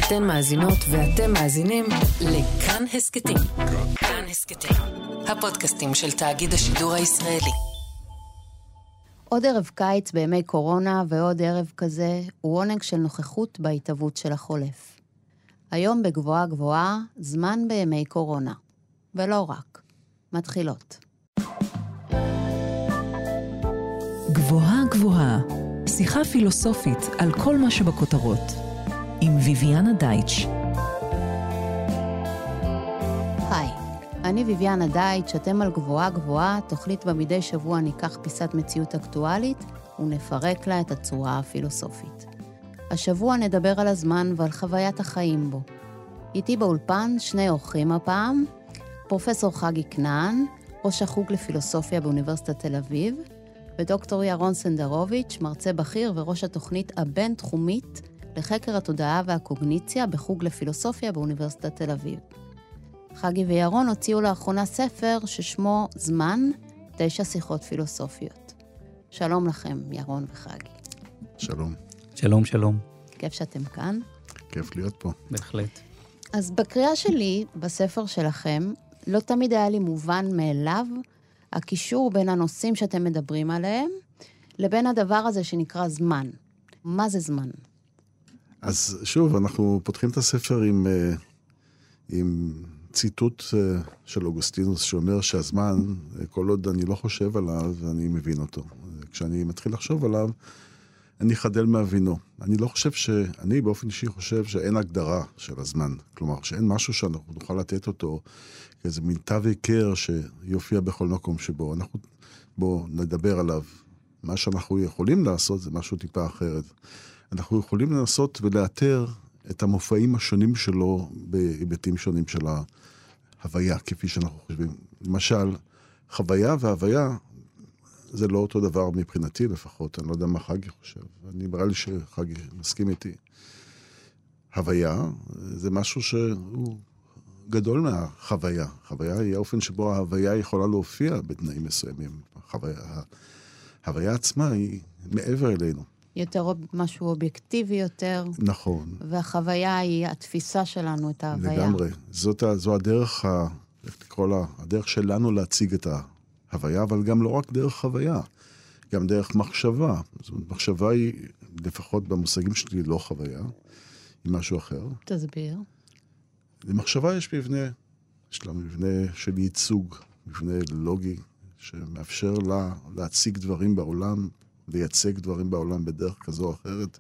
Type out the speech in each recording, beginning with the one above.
אתן מאזינות ואתם מאזינים לכאן הסקטים. כאן הסקטים, הפודקאסטים של תאגיד השידור הישראלי. עוד ערב קיץ בימי קורונה ועוד ערב כזה הוא עונג של נוכחות בהתהוות של החולף. היום בגבוהה גבוהה, זמן בימי קורונה. ולא רק. מתחילות. גבוהה גבוהה, שיחה פילוסופית על כל מה שבכותרות. עם ויויאנה דייטש. היי, אני ויויאנה דייטש, אתם על גבוהה גבוהה, תוכנית במדי שבוע ניקח פיסת מציאות אקטואלית ונפרק לה את הצורה הפילוסופית. השבוע נדבר על הזמן ועל חוויית החיים בו. איתי באולפן שני אורחים הפעם, פרופסור חגי כנען, ראש החוג לפילוסופיה באוניברסיטת תל אביב, ודוקטור ירון סנדרוביץ', מרצה בכיר וראש התוכנית הבין-תחומית לחקר התודעה והקוגניציה בחוג לפילוסופיה באוניברסיטת תל אביב. חגי וירון הוציאו לאחרונה ספר ששמו זמן, 9 שיחות פילוסופיות. שלום לכם, ירון וחגי. שלום. שלום, שלום. כיף שאתם כאן. כיף להיות פה. בהחלט. אז בקריאה שלי, בספר שלכם, לא תמיד היה לי מובן מאליו הקישור בין הנושאים שאתם מדברים עליהם, לבין הדבר הזה שנקרא זמן. מה זה זמן? אז שוב, אנחנו פותחים את הספר עם ציטוט של אוגוסטינוס, שאומר שהזמן, כל עוד אני לא חושב עליו, אני מבין אותו. כשאני מתחיל לחשוב עליו, אני חדל מהבינו. אני באופן אישי חושב שאין הגדרה של הזמן. כלומר, שאין משהו שאנחנו נוכל לתת אותו כאיזה מין תו עיקר שיופיע בכל מקום שבו. בואו נדבר עליו. מה שאנחנו יכולים לעשות זה משהו טיפה אחרת. אנחנו יכולים לנסות ולאתר את המופעים השונים שלו בהיבטים שונים של ההוויה, כפי שאנחנו חושבים. למשל, חוויה והוויה זה לא אותו דבר מבחינתי לפחות, אני לא יודע מה חגי חושב. אני נראה לי שחגי מסכים איתי. הוויה זה משהו שהוא גדול מהחוויה. חוויה היא האופן שבו ההוויה יכולה להופיע בתנאים מסוימים. ההוויה עצמה היא מעבר אלינו. יותר משהו אובייקטיבי יותר. נכון. והחוויה היא התפיסה שלנו, את ההוויה. לגמרי. זו הדרך, איך לקרוא לה, הדרך שלנו להציג את ההוויה, אבל גם לא רק דרך חוויה, גם דרך מחשבה. זאת אומרת, מחשבה היא, לפחות במושגים שלי, לא חוויה, היא משהו אחר. תסביר. למחשבה יש מבנה, יש לה מבנה של ייצוג, מבנה לוגי, שמאפשר לה להציג דברים בעולם, לייצג דברים בעולם בדרך כזו או אחרת.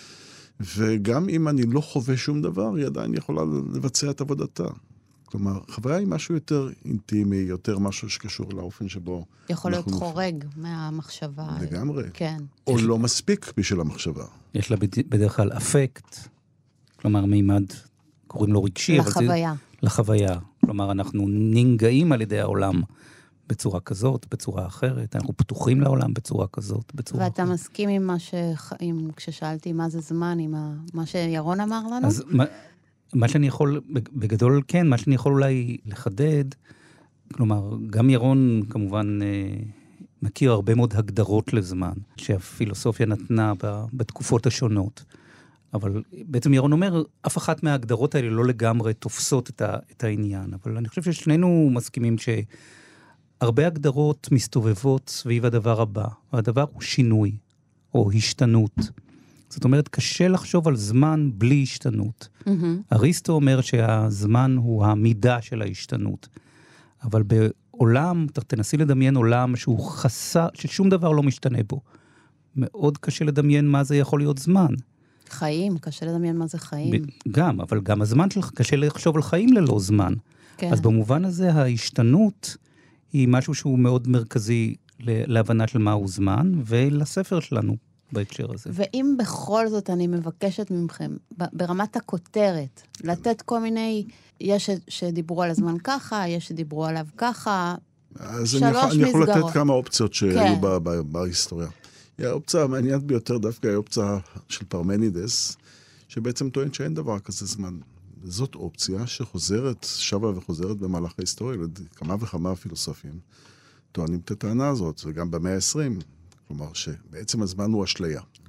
וגם אם אני לא חווה שום דבר, היא עדיין יכולה לבצע את עבודתה. כלומר, חוויה היא משהו יותר אינטימי, יותר משהו שקשור לאופן שבו יכול להיות חורג מהמחשבה. לגמרי. כן. או לא מספיק בשביל המחשבה. יש לה בדרך כלל אפקט, כלומר מימד, קוראים לו רגשי. לחוויה. לחוויה. כלומר, אנחנו ננגעים על ידי העולם בצורה כזאת, בצורה אחרת. אנחנו פתוחים לעולם בצורה כזאת, בצורה ואתה אחרת. מסכים עם כששאלתי מה זה זמן, עם מה שירון אמר לנו? אז מה שאני יכול, בגדול כן, מה שאני יכול אולי לחדד, כלומר, גם ירון כמובן מכיר הרבה מאוד הגדרות לזמן, שהפילוסופיה נתנה בתקופות השונות. אבל בעצם ירון אומר, אף אחת מההגדרות האלה לא לגמרי תופסות את העניין. אבל אני חושב ששנינו מסכימים שהרבה הגדרות מסתובבות סביב הדבר הבא. והדבר הוא שינוי או השתנות. זאת אומרת, קשה לחשוב על זמן בלי השתנות. אריסטו אומר שהזמן הוא המידה של ההשתנות. אבל בעולם, תנסי לדמיין עולם שהוא ששום דבר לא משתנה בו. מאוד קשה לדמיין מה זה יכול להיות זמן. חיים, קשה לדמיין מה זה חיים. גם, אבל גם הזמן שלך, קשה לחשוב על חיים ללא זמן. כן. אז במובן הזה, ההשתנות היא משהו שהוא מאוד מרכזי להבנה של מהו זמן, ולספר שלנו בהקשר הזה. ואם בכל זאת אני מבקשת ממכם, ברמת הכותרת, לתת כל מיני, יש שדיברו על הזמן ככה, יש שדיברו עליו ככה, אז 3 מסגרות. אני יכול לתת כמה אופציות שהיו בהיסטוריה. האופציה המעניינת ביותר דווקא היא האופציה של פרמנידס, שבעצם טוען שאין דבר כזה זמן. זאת אופציה שחוזרת, שווה וחוזרת במהלך ההיסטוריה, כמה וכמה פילוסופים טוענים את הטענה הזאת, וגם במאה ה-20, כלומר שבעצם הזמן הוא אשליה.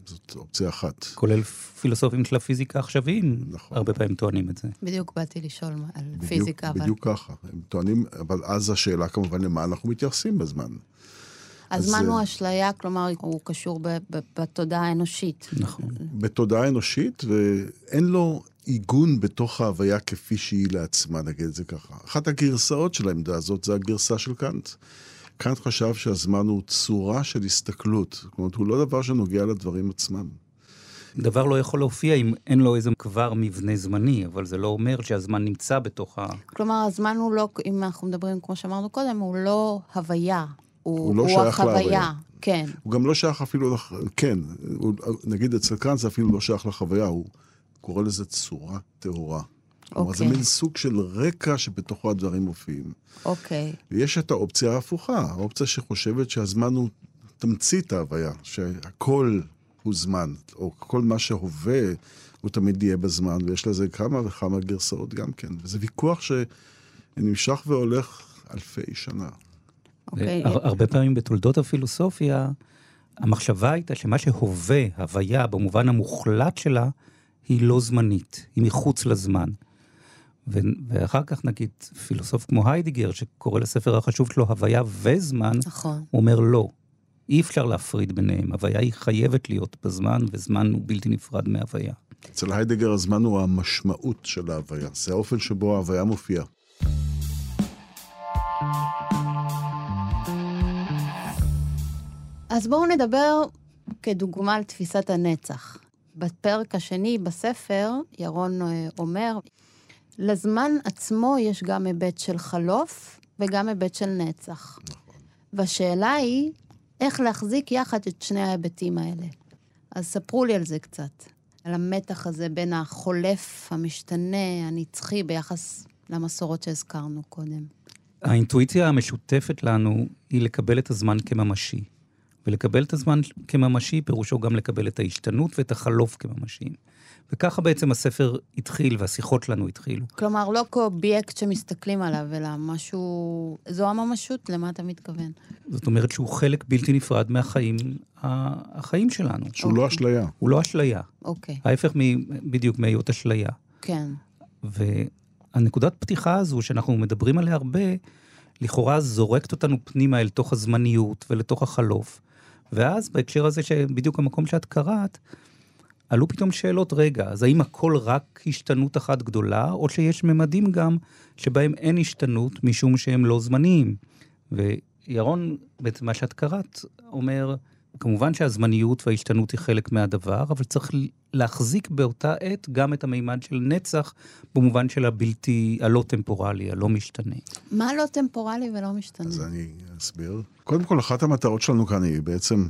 זאת אופציה אחת. כולל פילוסופים של הפיזיקה העכשוויים, נכון. הרבה פעמים טוענים את זה. בדיוק באתי לשאול על פיזיקה. בדיוק ככה. הם טוענים, אבל אז השאלה כמובן למה אנחנו מתייחסים בזמן. הזמן הוא אשליה, כלומר, הוא קשור בתודעה האנושית. נכון. בתודעה האנושית, ואין לו עיגון בתוך ההוויה כפי שהיא לעצמה, נגיד את זה ככה. אחת הגרסאות של העמדה הזאת זה הגרסה של קאנט. קאנט חשב שהזמן הוא צורה של הסתכלות. זאת אומרת, הוא לא דבר שנוגע לדברים עצמם. דבר לא יכול להופיע אם אין לו איזה כבר מבנה זמני, אבל זה לא אומר שהזמן נמצא בתוך כלומר, הזמן הוא לא, אם אנחנו מדברים, כמו שאמרנו קודם, הוא לא הוויה. הוא לא שייך להוויה. כן. הוא גם לא שייך אפילו, כן, נגיד אצל קאנט זה אפילו לא שייך לחוויה, הוא קורא לזה צורה טהורה. כלומר, זה מין סוג של רקע שבתוכו הדברים מופיעים. אוקיי. ויש את האופציה ההפוכה, האופציה שחושבת שהזמן הוא תמצית ההוויה, שהכל הוא זמן, או כל מה שהווה הוא תמיד יהיה בזמן, ויש לזה כמה וכמה גרסאות גם כן. וזה ויכוח שנמשך והולך אלפי שנה. הרבה פעמים בתולדות הפילוסופיה, המחשבה הייתה שמה שהווה, הוויה, במובן המוחלט שלה, היא לא זמנית, היא מחוץ לזמן. ואחר כך נגיד פילוסוף כמו היידיגר, שקורא לספר החשוב שלו הוויה וזמן, נכון. הוא אומר לא, אי אפשר להפריד ביניהם, הוויה היא חייבת להיות בזמן, וזמן הוא בלתי נפרד מהוויה. אצל היידיגר הזמן הוא המשמעות של ההוויה, זה האופן שבו ההוויה מופיעה. אז בואו נדבר כדוגמה על תפיסת הנצח. בפרק השני בספר, ירון אומר, לזמן עצמו יש גם היבט של חלוף וגם היבט של נצח. והשאלה היא, איך להחזיק יחד את שני ההיבטים האלה. אז ספרו לי על זה קצת, על המתח הזה בין החולף, המשתנה, הנצחי, ביחס למסורות שהזכרנו קודם. האינטואיציה המשותפת לנו היא לקבל את הזמן כממשי. ולקבל את הזמן כממשי, פירושו גם לקבל את ההשתנות ואת החלוף כממשיים. וככה בעצם הספר התחיל, והשיחות שלנו התחילו. כלומר, לא כאובייקט שמסתכלים עליו, אלא משהו, זו הממשות, למה אתה מתכוון? זאת אומרת שהוא חלק בלתי נפרד מהחיים שלנו. שהוא לא אשליה. הוא לא אשליה. אוקיי. ההפך בדיוק מהיות אשליה. כן. והנקודת פתיחה הזו, שאנחנו מדברים עליה הרבה, לכאורה זורקת אותנו פנימה אל תוך הזמניות ולתוך החלוף. ואז בהקשר הזה שבדיוק המקום שאת קראת, עלו פתאום שאלות, רגע, אז האם הכל רק השתנות אחת גדולה, או שיש ממדים גם שבהם אין השתנות משום שהם לא זמניים? וירון, בעצם מה שאת קראת, אומר, כמובן שהזמניות וההשתנות היא חלק מהדבר, אבל צריך להחזיק באותה עת גם את המימד של נצח, במובן של הלא טמפורלי, הלא משתנה. מה לא טמפורלי ולא משתנה? אז אני אסביר. קודם כל, אחת המטרות שלנו כאן היא בעצם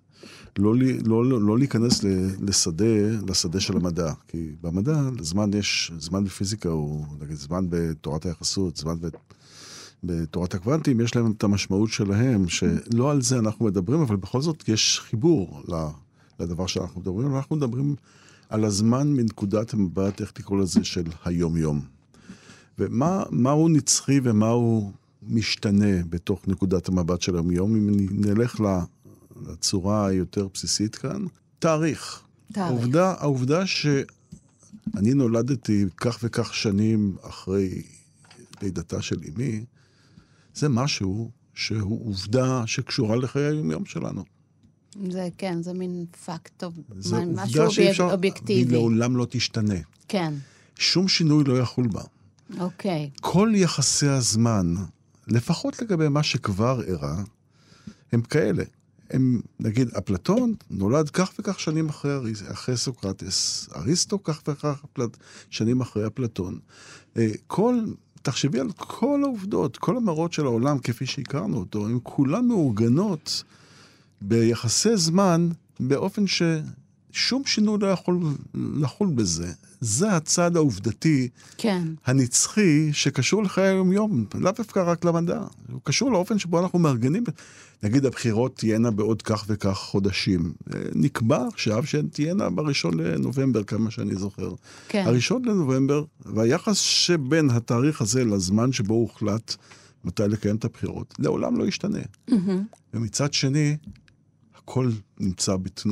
לא להיכנס לשדה של המדע. כי במדע, זמן בפיזיקה הוא, נגיד, זמן בתורת היחסות, זמן בתורת הקוונטים, יש להם את המשמעות שלהם, שלא על זה אנחנו מדברים, אבל בכל זאת יש חיבור לדבר שאנחנו מדברים. אנחנו מדברים על הזמן מנקודת המבט, איך תקראו לזה, של היום-יום. ומה הוא נצחי ומה הוא משתנה בתוך נקודת המבט של היום-יום, אם נלך לצורה היותר בסיסית כאן, תאריך. העובדה שאני נולדתי כך וכך שנים אחרי לידתה של אמי, זה משהו שהוא עובדה שקשורה לחיי היום-יום שלנו. זה כן, זה מין פקט, משהו אובייקטיבי. היא לעולם לא תשתנה. כן. שום שינוי לא יחול בה. אוקיי. כל יחסי הזמן, לפחות לגבי מה שכבר אירע, הם כאלה. הם, נגיד, אפלטון נולד כך וכך שנים אחרי סוקרטס, אריסטו כך וכך שנים אחרי אפלטון. תחשבי על כל העובדות, כל המראות של העולם כפי שהכרנו אותו, הן כולן מאורגנות ביחסי זמן, באופן ששום שינוי לא יכול לחול בזה. זה הצד העובדתי, כן. הנצחי, שקשור לחיי היום-יום, לאו דווקא רק למדע. הוא קשור לאופן שבו אנחנו מארגנים, נגיד הבחירות תהיינה בעוד כך וכך חודשים. נקבע עכשיו שהן תהיינה ב1 לנובמבר, כמה שאני זוכר. כן. 1 לנובמבר, והיחס שבין התאריך הזה לזמן שבו הוחלט מתי לקיים את הבחירות, לעולם לא ישתנה. ומצד שני, הכל נמצא בתנועה.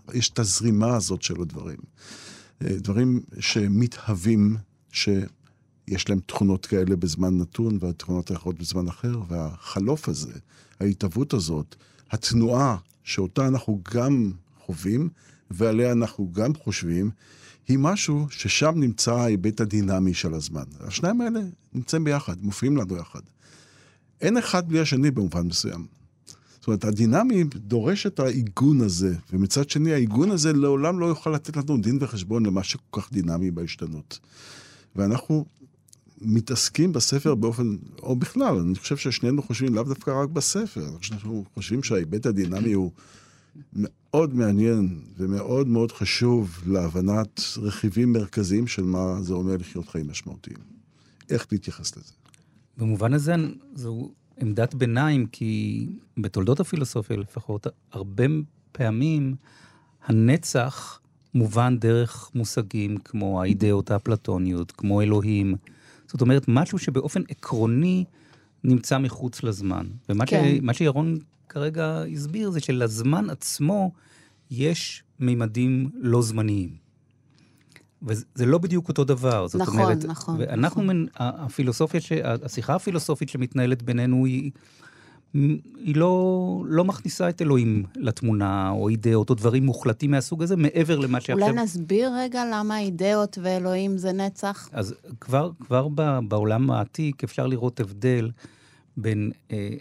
יש את הזרימה הזאת של הדברים. דברים שמתהווים, שיש להם תכונות כאלה בזמן נתון, והתכונות האחרות בזמן אחר, והחלוף הזה, ההתהוות הזאת, התנועה שאותה אנחנו גם חווים, ועליה אנחנו גם חושבים, היא משהו ששם נמצא ההיבט הדינמי של הזמן. השניים האלה נמצאים ביחד, מופיעים לנו יחד. אין אחד בלי השני במובן מסוים. זאת אומרת, הדינמי דורש את העיגון הזה, ומצד שני, העיגון הזה לעולם לא יוכל לתת לנו דין וחשבון למה שכל כך דינמי בהשתנות. ואנחנו מתעסקים בספר באופן, או בכלל, אני חושב ששנינו חושבים לאו דווקא רק בספר, אנחנו חושבים שההיבט הדינמי הוא מאוד מעניין ומאוד מאוד חשוב להבנת רכיבים מרכזיים של מה זה אומר לחיות חיים משמעותיים. איך להתייחס לזה? במובן הזה זו עמדת ביניים, כי בתולדות הפילוסופיה לפחות, הרבה פעמים הנצח מובן דרך מושגים כמו האידאות האפלטוניות, כמו אלוהים. זאת אומרת, משהו שבאופן עקרוני נמצא מחוץ לזמן. ומה שירון כרגע הסביר זה שלזמן עצמו יש מימדים לא זמניים. וזה לא בדיוק אותו דבר. זאת נכון, אומרת, נכון. ואנחנו, השיחה הפילוסופית שמתנהלת בינינו היא לא מכניסה את אלוהים לתמונה, או אידאות, או דברים מוחלטים מהסוג הזה, מעבר למה שעכשיו... אולי נסביר רגע למה אידאות ואלוהים זה נצח? אז כבר בעולם העתיק אפשר לראות הבדל בין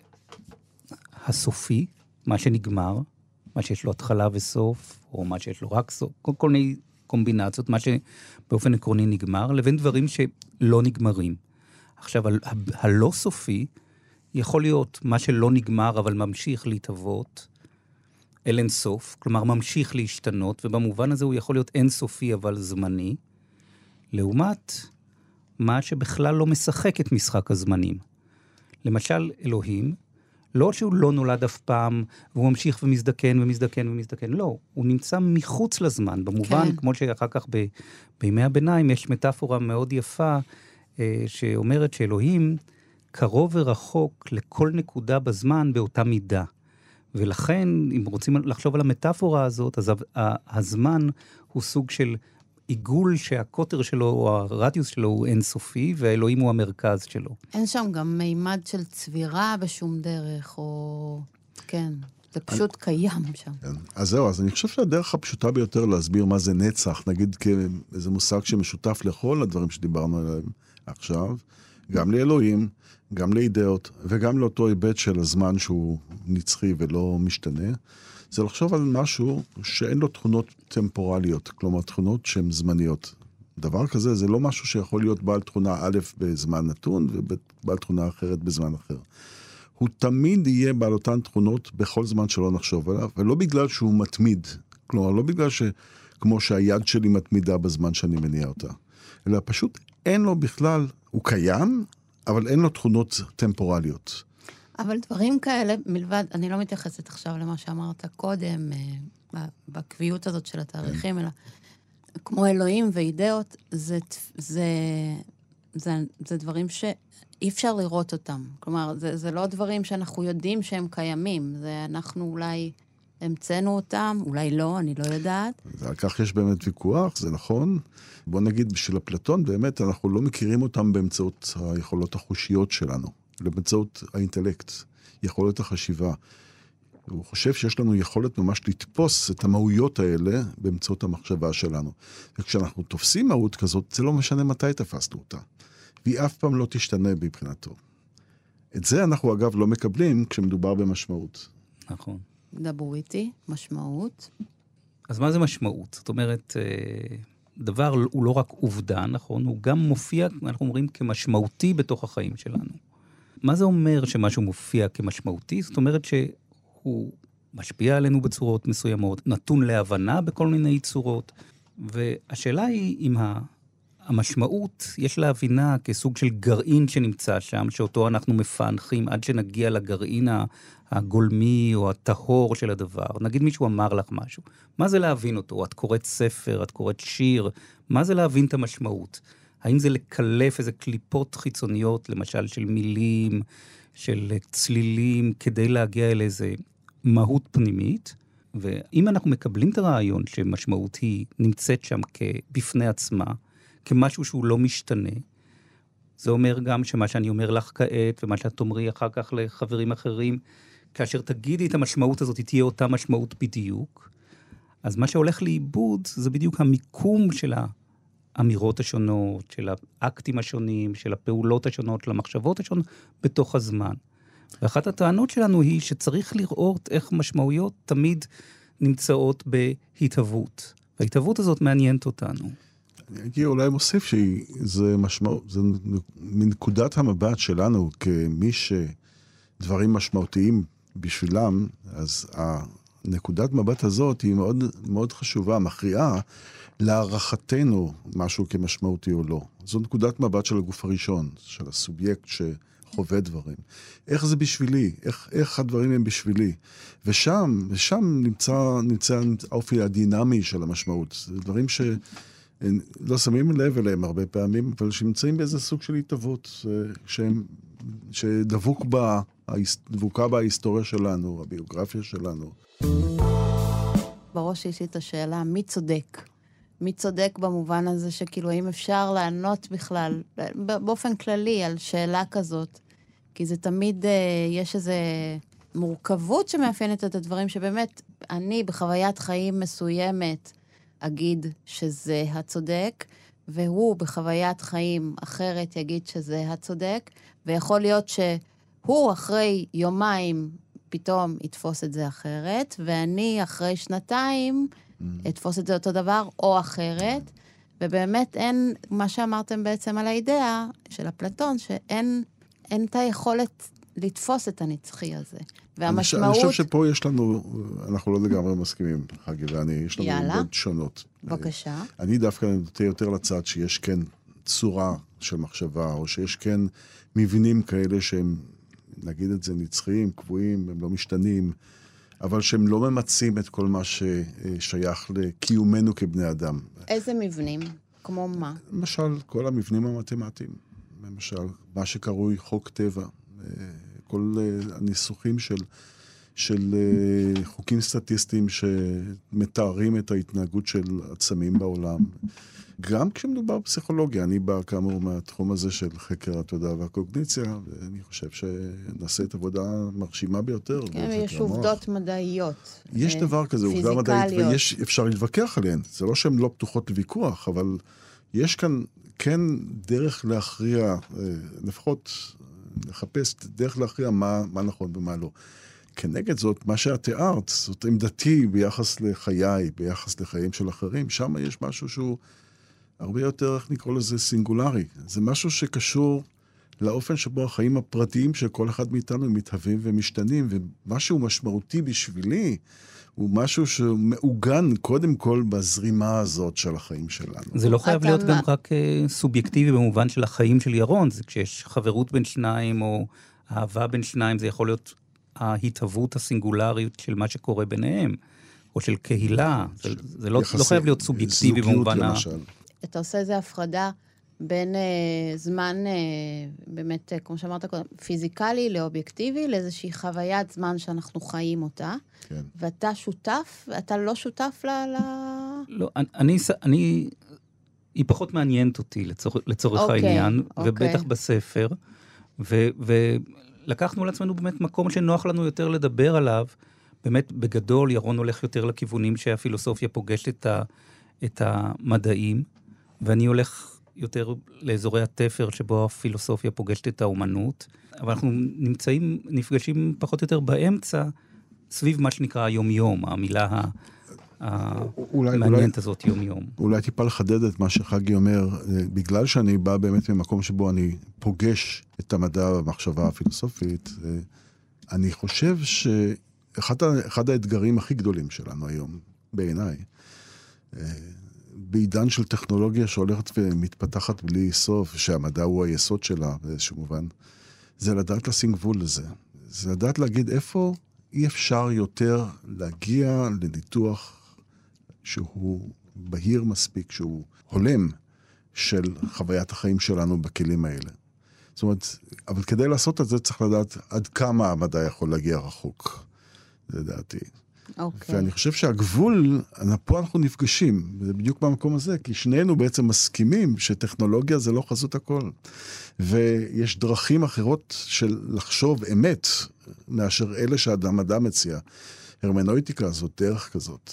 הסופי, מה שנגמר, מה שיש לו התחלה וסוף, או מה שיש לו רק סוף, כל מיני קומבינציות, מה שבאופן עקרוני נגמר, לבין דברים שלא נגמרים. עכשיו, הלא סופי יכול להיות מה שלא נגמר, אבל ממשיך להתהוות, אל אין סוף, כלומר ממשיך להשתנות, ובמובן הזה הוא יכול להיות אין סופי, אבל זמני, לעומת מה שבכלל לא משחק את משחק הזמנים. למשל, אלוהים, לא שהוא לא נולד אף פעם, והוא ממשיך ומזדקן ומזדקן ומזדקן, לא, הוא נמצא מחוץ לזמן, במובן, כמו שאחר כך בימי הביניים, יש מטאפורה מאוד יפה, שאומרת שאלוהים קרוב ורחוק לכל נקודה בזמן באותה מידה. ולכן, אם רוצים לחשוב על המטאפורה הזאת, אז הזמן הוא סוג של עיגול שהקוטר שלו או הרדיוס שלו הוא אינסופי, והאלוהים הוא המרכז שלו. אין שם גם מימד של צבירה בשום דרך, או... כן, זה פשוט קיים שם. כן. אז זהו, אז אני חושב שהדרך הפשוטה ביותר להסביר מה זה נצח, נגיד כאיזה מושג שמשותף לכל הדברים שדיברנו עליהם עכשיו, גם לאלוהים, גם לאידאות, וגם לאותו היבט של הזמן שהוא נצחי ולא משתנה, זה לחשוב על משהו שאין לו תכונות טמפורליות, כלומר תכונות שהן זמניות. דבר כזה זה לא משהו שיכול להיות בעל תכונה א' בזמן נתון, ובעל תכונה אחרת בזמן אחר. הוא תמיד יהיה בעל אותן תכונות בכל זמן שלא נחשוב עליו, ולא בגלל שהוא מתמיד, כלומר לא בגלל כמו שהיד שלי מתמידה בזמן שאני מניע אותה, אלא פשוט אין לו בכלל, הוא קיים, אבל אין לו תכונות טמפורליות. אבל דברים כאלה, מלבד, אני לא מתייחסת עכשיו למה שאמרת קודם, בקביעות הזאת של התאריכים, אלא כמו אלוהים ואידאות, זה דברים שאי אפשר לראות אותם. כלומר, זה לא דברים שאנחנו יודעים שהם קיימים, זה אנחנו אולי המצאנו אותם, אולי לא, אני לא יודעת. ועל כך יש באמת ויכוח, זה נכון. בוא נגיד, בשביל אפלטון, באמת אנחנו לא מכירים אותם באמצעות היכולות החושיות שלנו. באמצעות האינטלקט, יכולת החשיבה. הוא חושב שיש לנו יכולת ממש לתפוס את המהויות האלה באמצעות המחשבה שלנו. וכשאנחנו תופסים מהות כזאת, זה לא משנה מתי תפסנו אותה. והיא אף פעם לא תשתנה מבחינתו. את זה אנחנו אגב לא מקבלים כשמדובר במשמעות. נכון. דברו איתי, משמעות. אז מה זה משמעות? זאת אומרת, דבר הוא לא רק עובדה, נכון? הוא גם מופיע, אנחנו אומרים, כמשמעותי בתוך החיים שלנו. מה זה אומר שמשהו מופיע כמשמעותי? זאת אומרת שהוא משפיע עלינו בצורות מסוימות, נתון להבנה בכל מיני צורות, והשאלה היא אם המשמעות יש להבינה כסוג של גרעין שנמצא שם, שאותו אנחנו מפענחים עד שנגיע לגרעין הגולמי או הטהור של הדבר. נגיד מישהו אמר לך משהו. מה זה להבין אותו? את קוראת ספר, את קוראת שיר, מה זה להבין את המשמעות? האם זה לקלף איזה קליפות חיצוניות, למשל של מילים, של צלילים, כדי להגיע אל איזה מהות פנימית? ואם אנחנו מקבלים את הרעיון שמשמעות היא נמצאת שם בפני עצמה, כמשהו שהוא לא משתנה, זה אומר גם שמה שאני אומר לך כעת, ומה שאת תאמרי אחר כך לחברים אחרים, כאשר תגידי את המשמעות הזאת, היא תהיה אותה משמעות בדיוק, אז מה שהולך לאיבוד, זה בדיוק המיקום של האמירות השונות, של האקטים השונים, של הפעולות השונות, של המחשבות השונות, בתוך הזמן. ואחת הטענות שלנו היא שצריך לראות איך משמעויות תמיד נמצאות בהתהוות. וההתהוות הזאת מעניינת אותנו. אני הייתי אולי מוסיף שזה משמעות, זה מנקודת המבט שלנו, כמי שדברים משמעותיים בשבילם, אז הנקודת מבט הזאת היא מאוד, מאוד חשובה, מכריעה להערכתנו משהו כמשמעותי או לא. זו נקודת מבט של הגוף הראשון, של הסובייקט שחווה דברים. איך זה בשבילי? איך הדברים הם בשבילי? ושם נמצא האופי הדינמי של המשמעות. זה דברים שלא שמים לב אליהם הרבה פעמים, אבל שנמצאים באיזה סוג של התהוות, שדבוקה בהיסטוריה שלנו, הביוגרפיה שלנו. בראש יש לי את השאלה, מי צודק? מי צודק במובן הזה שכאילו, האם אפשר לענות בכלל, באופן כללי, על שאלה כזאת? כי זה תמיד, יש איזו מורכבות שמאפיינת את הדברים, שבאמת, אני בחוויית חיים מסוימת, אגיד שזה הצודק, והוא בחוויית חיים אחרת יגיד שזה הצודק, ויכול להיות שהוא אחרי יומיים פתאום יתפוס את זה אחרת, ואני אחרי שנתיים אתפוס את זה אותו דבר או אחרת, ובאמת אין, מה שאמרתם בעצם על האידאה של אפלטון, שאין את היכולת לתפוס את הנצחי הזה. והמשמעות... אני חושב שפה יש לנו, אנחנו לא לגמרי מסכימים, חגי ואני, יש לנו עמדות שונות. בבקשה. אני דווקא נוטה יותר לצד שיש כן צורה של מחשבה, או שיש כן מבנים כאלה שהם, נגיד את זה, נצחיים, קבועים, הם לא משתנים, אבל שהם לא ממצים את כל מה ששייך לקיומנו כבני אדם. איזה מבנים? כמו מה? למשל, כל המבנים המתמטיים. למשל, מה שקרוי חוק טבע. כל הניסוחים של חוקים סטטיסטיים שמתארים את ההתנהגות של עצמים בעולם. גם כשמדובר בפסיכולוגיה, אני בא כאמור מהתחום הזה של חקר התודעה והקוגניציה, ואני חושב שנעשית עבודה מרשימה ביותר. כן, יש עובדות מדעיות. יש דבר כזה, עובדה מדעית, ואפשר להתווכח עליהן. זה לא שהן לא פתוחות לוויכוח, אבל יש כאן כן דרך להכריע, לפחות לחפש דרך להכריע מה נכון ומה לא. כנגד זאת, מה שאת תיארת, זאת עמדתי ביחס לחיי, ביחס לחיים של אחרים, שם יש משהו שהוא הרבה יותר, איך נקרא לזה, סינגולרי. זה משהו שקשור לאופן שבו החיים הפרטיים של כל אחד מאיתנו מתהווים ומשתנים, ומשהו משמעותי בשבילי, הוא משהו שמעוגן קודם כל בזרימה הזאת של החיים שלנו. זה לא חייב להיות גם רק סובייקטיבי במובן של החיים של ירון, זה כשיש חברות בין שניים או אהבה בין שניים, זה יכול להיות ההתהוות הסינגולריות של מה שקורה ביניהם, או של קהילה, זה לא חייב להיות סובייקטיבי במובן אתה עושה איזו הפרדה בין זמן, באמת, כמו שאמרת קודם, פיזיקלי לאובייקטיבי, לאיזושהי חוויית זמן שאנחנו חיים אותה, כן. ואתה שותף, ואתה לא שותף לא, היא פחות מעניינת אותי לצורך העניין, ובטח בספר, ולקחנו לעצמנו באמת מקום שנוח לנו יותר לדבר עליו, באמת בגדול ירון הולך יותר לכיוונים שהפילוסופיה פוגשת את המדעים, ואני הולך יותר לאזורי התפר שבו הפילוסופיה פוגשת את האומנות, אבל אנחנו נפגשים פחות או יותר באמצע, סביב מה שנקרא היום-יום, המילה המעניינת הזאת יום-יום. אולי טיפה לחדד את מה שחגי אומר, בגלל שאני בא באמת ממקום שבו אני פוגש את המדע והמחשבה הפילוסופית, אני חושב שאחד האתגרים הכי גדולים שלנו היום, בעיניי, בעידן של טכנולוגיה שהולכת ומתפתחת בלי סוף, שהמדע הוא היסוד שלה באיזשהו מובן, זה לדעת לשים גבול לזה. זה לדעת להגיד איפה אי אפשר יותר להגיע לניתוח שהוא בהיר מספיק, שהוא הולם של חוויית החיים שלנו בכלים האלה. זאת אומרת, אבל כדי לעשות את זה צריך לדעת עד כמה המדע יכול להגיע רחוק, זה דעתי. אוקיי. ואני חושב שהגבול, פה אנחנו נפגשים, זה בדיוק במקום הזה, כי שנינו בעצם מסכימים שטכנולוגיה זה לא חזות הכל. ויש דרכים אחרות של לחשוב אמת, מאשר אלה שהמדע מציע. הרמנויטיקה זאת דרך כזאת.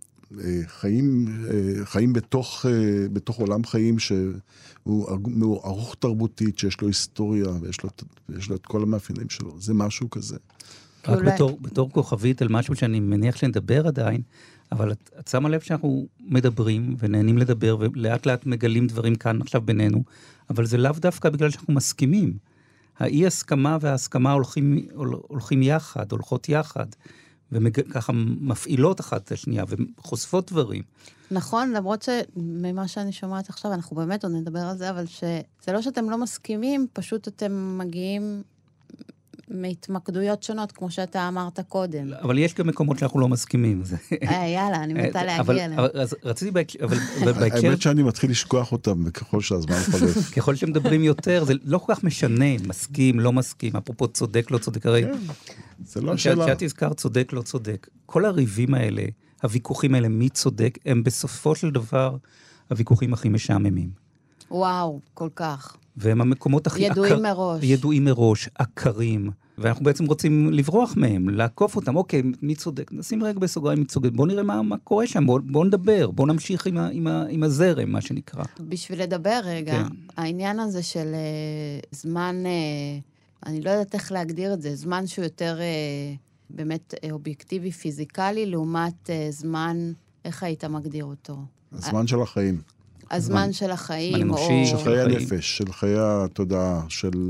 חיים בתוך עולם חיים שהוא ערוך תרבותית, שיש לו היסטוריה, ויש לו את כל המאפיינים שלו. זה משהו כזה. רק בתור כוכבית על משהו שאני מניח שנדבר עדיין, אבל את שמה לב שאנחנו מדברים ונהנים לדבר, ולאט לאט מגלים דברים כאן עכשיו בינינו, אבל זה לאו דווקא בגלל שאנחנו מסכימים. האי הסכמה וההסכמה הולכים יחד, הולכות יחד, וככה מפעילות אחת את השנייה, וחושפות דברים. נכון, למרות שממה שאני שומעת עכשיו, אנחנו באמת עוד נדבר על זה, אבל זה לא שאתם לא מסכימים, פשוט אתם מגיעים מהתמקדויות שונות, כמו שאתה אמרת קודם. אבל יש גם מקומות שאנחנו לא מסכימים. יאללה, אני מתה להגיע אליהם. אז רציתי בהקשר... האמת שאני מתחיל לשכוח אותם ככל שהזמן חולף. ככל שמדברים יותר, זה לא כל כך משנה, מסכים, לא מסכים, אפרופו צודק, לא צודק, הרי... זה לא שאלה. כשאת הזכר צודק, לא צודק. כל הריבים האלה, הוויכוחים האלה, מי צודק, הם בסופו של דבר הוויכוחים הכי משעממים. וואו, כל כך. והם המקומות הכי... ידועים מראש, עקרים. ואנחנו בעצם רוצים לברוח מהם, לעקוף אותם. אוקיי, מי צודק? נשים רגע בסוגריים, מי צודק. בואו נראה מה קורה שם, בואו נדבר, בואו נמשיך עם הזרם, מה שנקרא. בשביל לדבר רגע, כן. העניין הזה של זמן, אני לא יודעת איך להגדיר את זה, זמן שהוא יותר באמת אובייקטיבי, פיזיקלי, לעומת זמן, איך היית מגדיר אותו? הזמן של החיים. הזמן של החיים, של חיי הנפש, של חיי התודעה,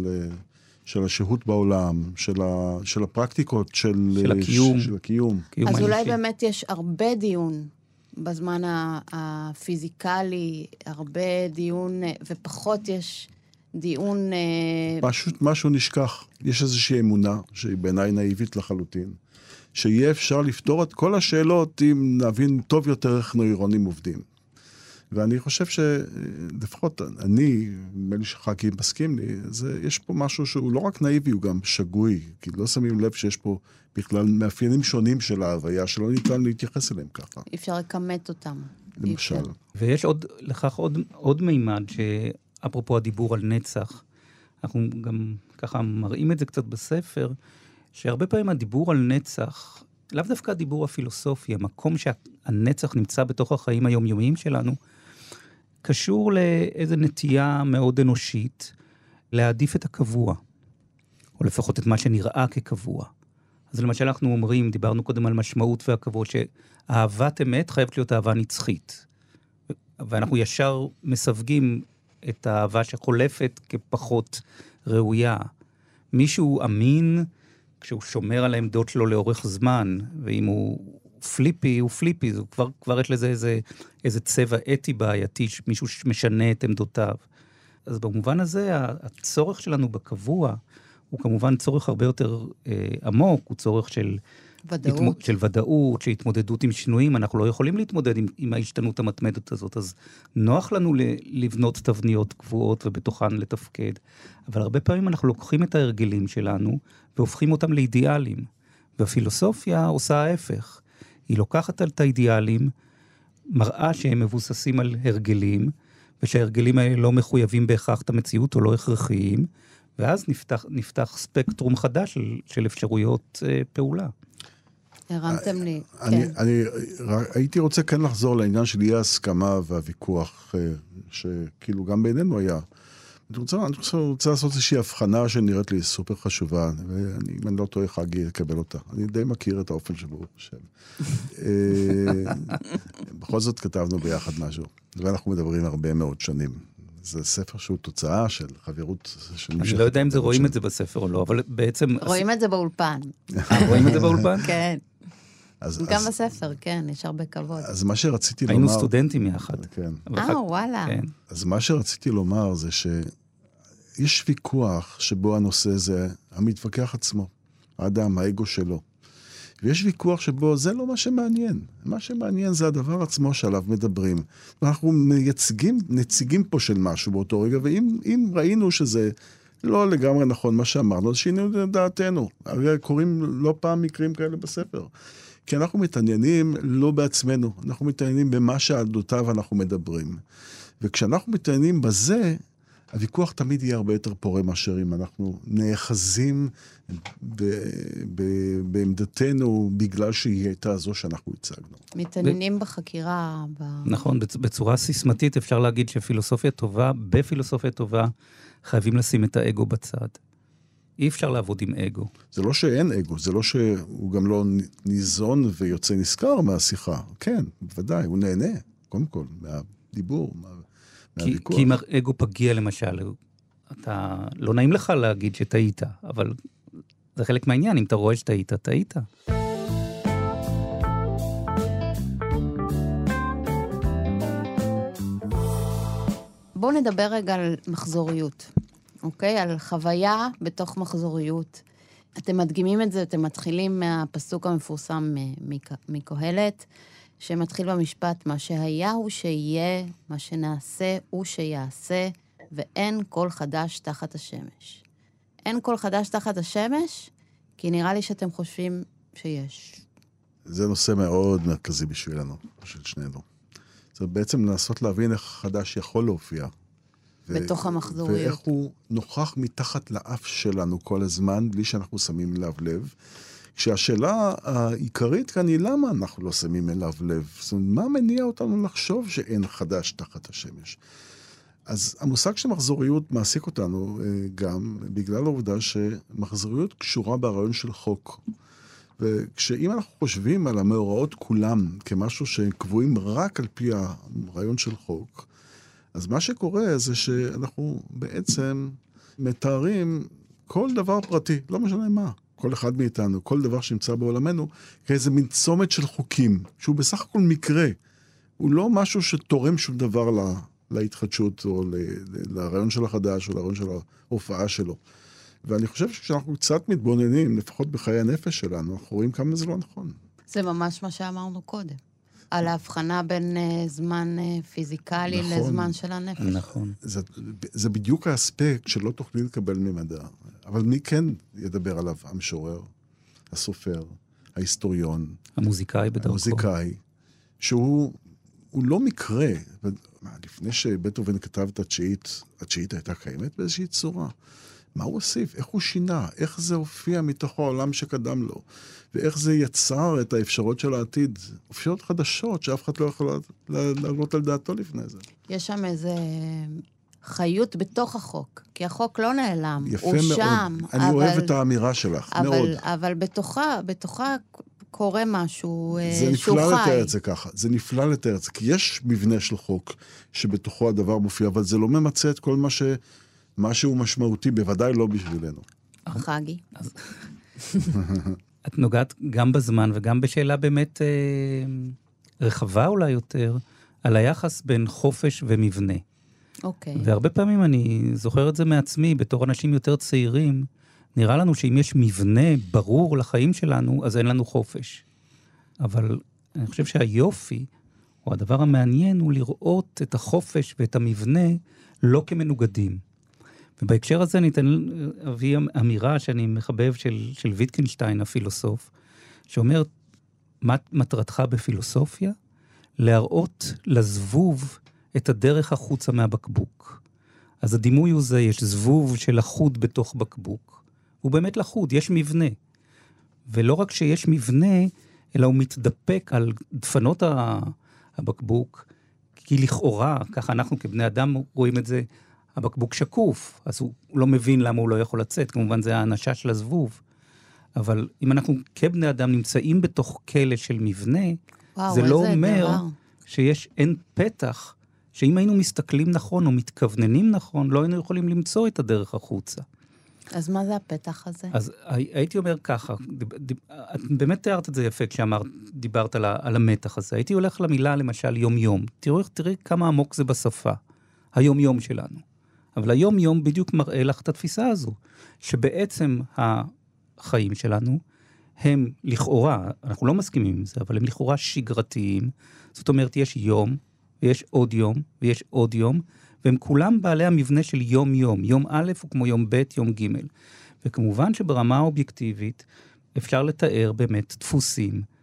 של השהות בעולם, של הפרקטיקות, של הקיום. אז אולי באמת יש הרבה דיון בזמן הפיזיקלי, הרבה דיון, ופחות יש דיון... משהו נשכח. יש איזושהי אמונה, שהיא בעיניי נאיבית לחלוטין, שיהיה אפשר לפתור את כל השאלות אם נבין טוב יותר איך נוירונים עובדים. ואני חושב שלפחות אני, נדמה לי שחקי מסכים לי, יש פה משהו שהוא לא רק נאיבי, הוא גם שגוי, כי לא שמים לב שיש פה בכלל מאפיינים שונים של ההוויה, שלא ניתן להתייחס אליהם ככה. אי אפשר לקמת אותם. למשל. ויש לכך עוד מימד, שאפרופו הדיבור על נצח, אנחנו גם ככה מראים את זה קצת בספר, שהרבה פעמים הדיבור על נצח, לאו דווקא הדיבור הפילוסופי, המקום שהנצח נמצא בתוך החיים היומיומיים שלנו, קשור לאיזו נטייה מאוד אנושית, להעדיף את הקבוע, או לפחות את מה שנראה כקבוע. אז למשל אנחנו אומרים, דיברנו קודם על משמעות והכבוד, שאהבת אמת חייבת להיות אהבה נצחית. ואנחנו ישר מסווגים את האהבה שחולפת כפחות ראויה. מישהו אמין, כשהוא שומר על העמדות שלו לאורך זמן, ואם הוא פליפי, הוא פליפי, זה כבר יש לזה איזה צבע אתי בעייתי, מישהו משנה את עמדותיו. אז במובן הזה, הצורך שלנו בקבוע, הוא כמובן צורך הרבה יותר עמוק, הוא צורך של ודאות, של התמודדות עם שינויים, אנחנו לא יכולים להתמודד עם ההשתנות המתמדת הזאת, אז נוח לנו לבנות תבניות קבועות ובתוכן לתפקד, אבל הרבה פעמים אנחנו לוקחים את ההרגלים שלנו, והופכים אותם לאידיאלים, והפילוסופיה עושה ההפך, היא לוקחת את האידיאלים, מראה שהם מבוססים על הרגלים, ושההרגלים האלה לא מחויבים בהכרח את המציאות או לא הכרחיים, ואז נפתח ספקטרום חדש של אפשרויות פעולה. הרמתם לי, כן. אני הייתי רוצה כן לחזור לעניין של אי ההסכמה והוויכוח, שכאילו גם בינינו היה. אני רוצה לעשות איזושהי הבחנה שנראית לי סופר חשובה, ואם אני לא טועה חגי לקבל אותה. אני די מכיר את האופן שבו הוא חושב. בכל זאת כתבנו ביחד משהו, ואנחנו מדברים הרבה מאוד שנים. זה ספר שהוא תוצאה של חברות... אני לא יודע אם זה רואים את זה בספר או לא, אבל בעצם... רואים את זה באולפן. רואים את זה באולפן? כן. גם בספר, כן, יש הרבה כבוד. אז מה שרציתי לומר... היינו סטודנטים יחד. כן. וואלה. אז מה שרציתי לומר זה שיש ויכוח שבו הנושא זה המתווכח עצמו, האדם, האגו שלו. ויש ויכוח שבו זה לא מה שמעניין. מה שמעניין זה הדבר עצמו שעליו מדברים. ואנחנו נציגים פה של משהו באותו רגע, ואם ראינו שזה לא לגמרי נכון מה שאמרנו, אז שינינו את דעתנו. הרי קוראים לא פעם מקרים כאלה בספר. כי אנחנו מתעניינים לא בעצמנו, אנחנו מתעניינים במה שעדותיו אנחנו מדברים. וכשאנחנו מתעניינים בזה, הוויכוח תמיד יהיה הרבה יותר פורה מאשר אם אנחנו נאחזים בעמדתנו בגלל שהיא הייתה זו שאנחנו הצגנו. מתעניינים בחקירה. נכון, בצורה סיסמתית אפשר להגיד שפילוסופיה טובה, בפילוסופיה טובה, חייבים לשים את האגו בצד. אי אפשר לעבוד עם אגו. זה לא שאין אגו, זה לא שהוא גם לא ניזון ויוצא נזכר מהשיחה. כן, בוודאי, הוא נהנה, קודם כל, מהדיבור, מהוויכוח. כי אם האגו פגיע למשל, אתה לא נעים לך להגיד שטעית, אבל זה חלק מהעניין, אם אתה רואה שטעית, טעית. בואו נדבר רגע על מחזוריות. אוקיי? על חוויה בתוך מחזוריות. אתם מדגימים את זה, אתם מתחילים מהפסוק המפורסם מקהלת, שמתחיל במשפט, מה שהיה הוא שיהיה, מה שנעשה הוא שיעשה, ואין כל חדש תחת השמש. אין כל חדש תחת השמש, כי נראה לי שאתם חושבים שיש. זה נושא מאוד מרכזי בשבילנו, של שנינו. זה בעצם לנסות להבין איך חדש יכול להופיע. בתוך המחזוריות. ואיך הוא נוכח מתחת לאף שלנו כל הזמן, בלי שאנחנו שמים אליו לב. כשהשאלה העיקרית כאן היא למה אנחנו לא שמים אליו לב. זאת אומרת, מה מניע אותנו לחשוב שאין חדש תחת השמש? אז המושג של מחזוריות מעסיק אותנו גם בגלל העובדה שמחזוריות קשורה ברעיון של חוק. וכשאם אנחנו חושבים על המאורעות כולם כמשהו שקבועים רק על פי הרעיון של חוק, אז מה שקורה זה שאנחנו בעצם מתארים כל דבר פרטי, לא משנה מה, כל אחד מאיתנו, כל דבר שנמצא בעולמנו, כאיזה מין צומת של חוקים, שהוא בסך הכל מקרה, הוא לא משהו שתורם שום דבר להתחדשות, או לרעיון של החדש, או לרעיון של ההופעה שלו. ואני חושב שכשאנחנו קצת מתבוננים, לפחות בחיי הנפש שלנו, אנחנו רואים כמה זה לא נכון. זה ממש מה שאמרנו קודם. על ההבחנה בין זמן פיזיקלי נכון, לזמן של הנפש. נכון. זה בדיוק האספקט שלא תוכלי לקבל ממדע. אבל מי כן ידבר עליו? המשורר, הסופר, ההיסטוריון. המוזיקאי בדרכו. המוזיקאי, שהוא לא מקרה. לפני שבטהובן כתב את התשיעית הייתה קיימת באיזושהי צורה. מה הוא הוסיף? איך הוא שינה? איך זה הופיע מתוך העולם שקדם לו? ואיך זה יצר את האפשרות של העתיד? אפשרות חדשות שאף אחד לא יכול לעלות על דעתו לפני זה. יש שם איזה חיות בתוך החוק, כי החוק לא נעלם. יפה מאוד. שם. אני אוהב את האמירה שלך, מאוד. אבל בתוכה קורה משהו שהוא חי. זה נפלא לתאר את זה ככה. זה נפלא לתאר את זה, כי יש מבנה של חוק שבתוכו הדבר מופיע, אבל זה לא ממצא את כל משהו משמעותי, בוודאי לא בשבילנו. חגי. את נוגעת גם בזמן וגם בשאלה באמת רחבה אולי יותר, על היחס בין חופש ומבנה. אוקיי. והרבה פעמים אני זוכר את זה מעצמי, בתור אנשים יותר צעירים, נראה לנו שאם יש מבנה ברור לחיים שלנו, אז אין לנו חופש. אבל אני חושב שהיופי, או הדבר המעניין, הוא לראות את החופש ואת המבנה לא כמנוגדים. ובהקשר הזה אני אביא אמירה שאני מחבב של ויטקנשטיין, הפילוסוף, שאומר, מה מטרתך בפילוסופיה? להראות לזבוב את הדרך החוצה מהבקבוק. אז הדימוי הוא זה, יש זבוב של לחוד בתוך בקבוק. הוא באמת לחוד, יש מבנה. ולא רק שיש מבנה, אלא הוא מתדפק על דפנות הבקבוק, כי לכאורה, ככה אנחנו כבני אדם רואים את זה, הבקבוק שקוף, אז הוא לא מבין למה הוא לא יכול לצאת, כמובן זה האנשה של הזבוב. אבל אם אנחנו כבני אדם נמצאים בתוך כלא של מבנה, זה לא אומר אין פתח, שאם היינו מסתכלים נכון או מתכווננים נכון, לא היינו יכולים למצוא את הדרך החוצה. אז מה זה הפתח הזה? אז הייתי אומר ככה, את באמת תיארת את זה יפה דיברת על המתח הזה. הייתי הולך למילה למשל יום-יום. תראי כמה עמוק זה בשפה, היום-יום שלנו. אבל היום-יום בדיוק מראה לך את התפיסה הזו, שבעצם החיים שלנו הם לכאורה, אנחנו לא מסכימים עם זה, אבל הם לכאורה שגרתיים. זאת אומרת, יש יום, ויש עוד יום, ויש עוד יום, והם כולם בעלי המבנה של יום-יום. יום א' הוא כמו יום ב', יום ג'. וכמובן שברמה האובייקטיבית אפשר לתאר באמת דפוסים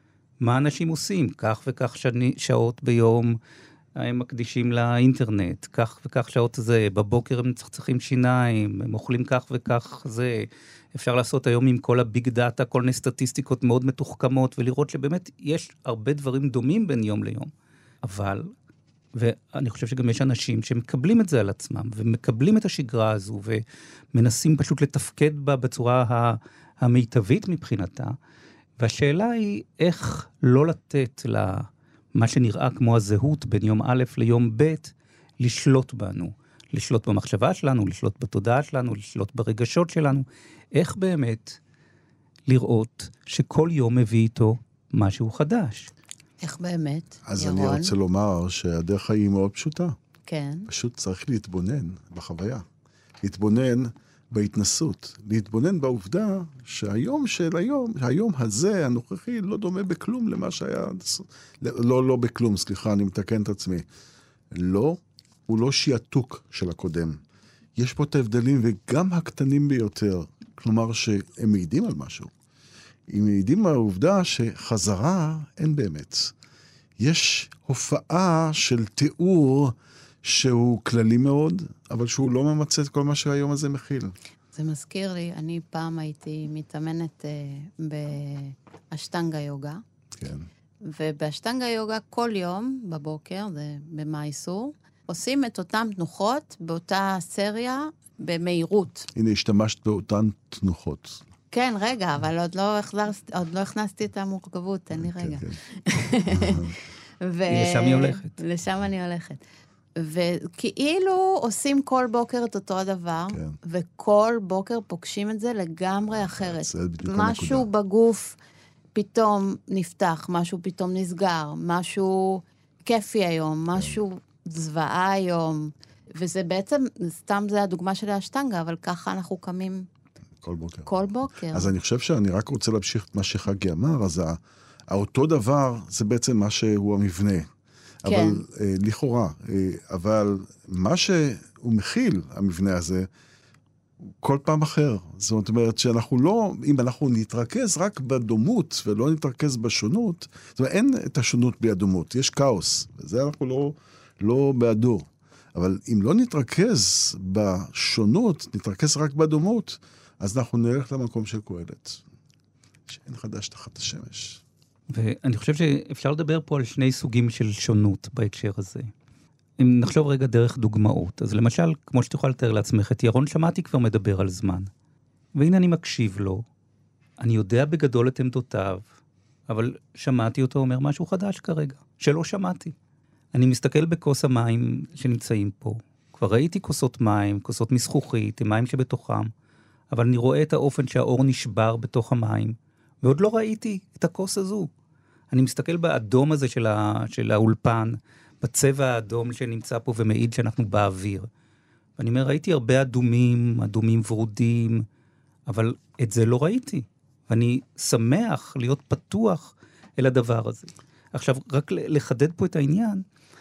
מה אנשים עושים? כך וכך שעות ביום הם מקדישים לאינטרנט, כך וכך שעות זה, בבוקר הם צחצחים שיניים, הם אוכלים כך וכך זה. אפשר לעשות היום עם כל הביג דאטה, כל מיני סטטיסטיקות מאוד מתוחכמות, ולראות שבאמת יש הרבה דברים דומים בין יום ליום. אבל, ואני חושב שגם יש אנשים שמקבלים את זה על עצמם, ומקבלים את השגרה הזו, ומנסים פשוט לתפקד בה בצורה המיטבית מבחינתה, והשאלה היא איך לא לתת למה שנראה כמו הזהות בין יום א' ליום ב', לשלוט בנו. לשלוט במחשבה שלנו, לשלוט בתודעה שלנו, לשלוט ברגשות שלנו. איך באמת לראות שכל יום מביא איתו משהו חדש? איך באמת, אז ירון? אני רוצה לומר שהדרך היא מאוד פשוטה. כן. פשוט צריך להתבונן בחוויה. להתבונן בהתנסות. להתבונן בעובדה שהיום של היום, היום הזה, הנוכחי, לא דומה בכלום למה שהיה... לא בכלום, סליחה, אני מתקן את עצמי. לא, הוא לא שיעתוק של הקודם. יש פה את ההבדלים, וגם הקטנים ביותר. כלומר שהם מעידים על משהו. הם מעידים על העובדה שחזרה אין באמת. יש הופעה של תיאור שהוא כללי מאוד, אבל שהוא לא ממצא את כל מה שהיום הזה מכיל. זה מזכיר לי, אני פעם הייתי מתאמנת באשטנגה יוגה. כן. ובאשטנגה יוגה כל יום בבוקר, זה במייסור, עושים את אותן תנוחות באותה סריה במהירות. הנה, השתמשת באותן תנוחות. כן, רגע, אבל עוד לא הכנסתי את המורכבות, תן לי רגע. לשם היא הולכת. לשם אני הולכת. וכאילו עושים כל בוקר את אותו הדבר, וכל בוקר פוגשים את זה לגמרי אחרת. משהו בגוף פתאום נפתח, משהו פתאום נסגר, משהו כיפי היום, משהו זוועה היום, וזה בעצם, סתם זה הדוגמה של האשטנגה, אבל ככה אנחנו קמים כל בוקר. כל בוקר. אז אני חושב שאני רק רוצה להמשיך את מה שחגי אמר, אז האותו דבר זה בעצם מה שהוא המבנה. כן. אבל לכאורה, אבל מה שהוא מכיל, המבנה הזה, כל פעם אחר. זאת אומרת שאנחנו לא, אם אנחנו נתרכז רק בדומות ולא נתרכז בשונות, זאת אומרת, אין את השונות בלי הדומות, יש כאוס, וזה אנחנו לא בעדו. אבל אם לא נתרכז בשונות, נתרכז רק בדומות, אז אנחנו נלך למקום של קהלת. שאין חדש תחת השמש. ואני חושב שאפשר לדבר פה על שני סוגים של שונות בהקשר הזה. אם נחשוב רגע דרך דוגמאות, אז למשל, כמו שתוכל לתאר לעצמך, את ירון שמעתי כבר מדבר על זמן. והנה אני מקשיב לו, אני יודע בגדול את עמדותיו, אבל שמעתי אותו אומר משהו חדש כרגע, שלא שמעתי. אני מסתכל בכוס המים שנמצאים פה. כבר ראיתי כוסות מים, כוסות מזכוכית, עם מים שבתוכם, אבל אני רואה את האופן שהאור נשבר בתוך המים, ועוד לא ראיתי את הכוס הזו. אני מסתכל באדום הזה של האולפן, בצבע האדום שנמצא פה ומעיד שאנחנו באוויר. ואני אומר, ראיתי הרבה אדומים ורודים, אבל את זה לא ראיתי. ואני שמח להיות פתוח אל הדבר הזה. עכשיו, רק לחדד פה את העניין,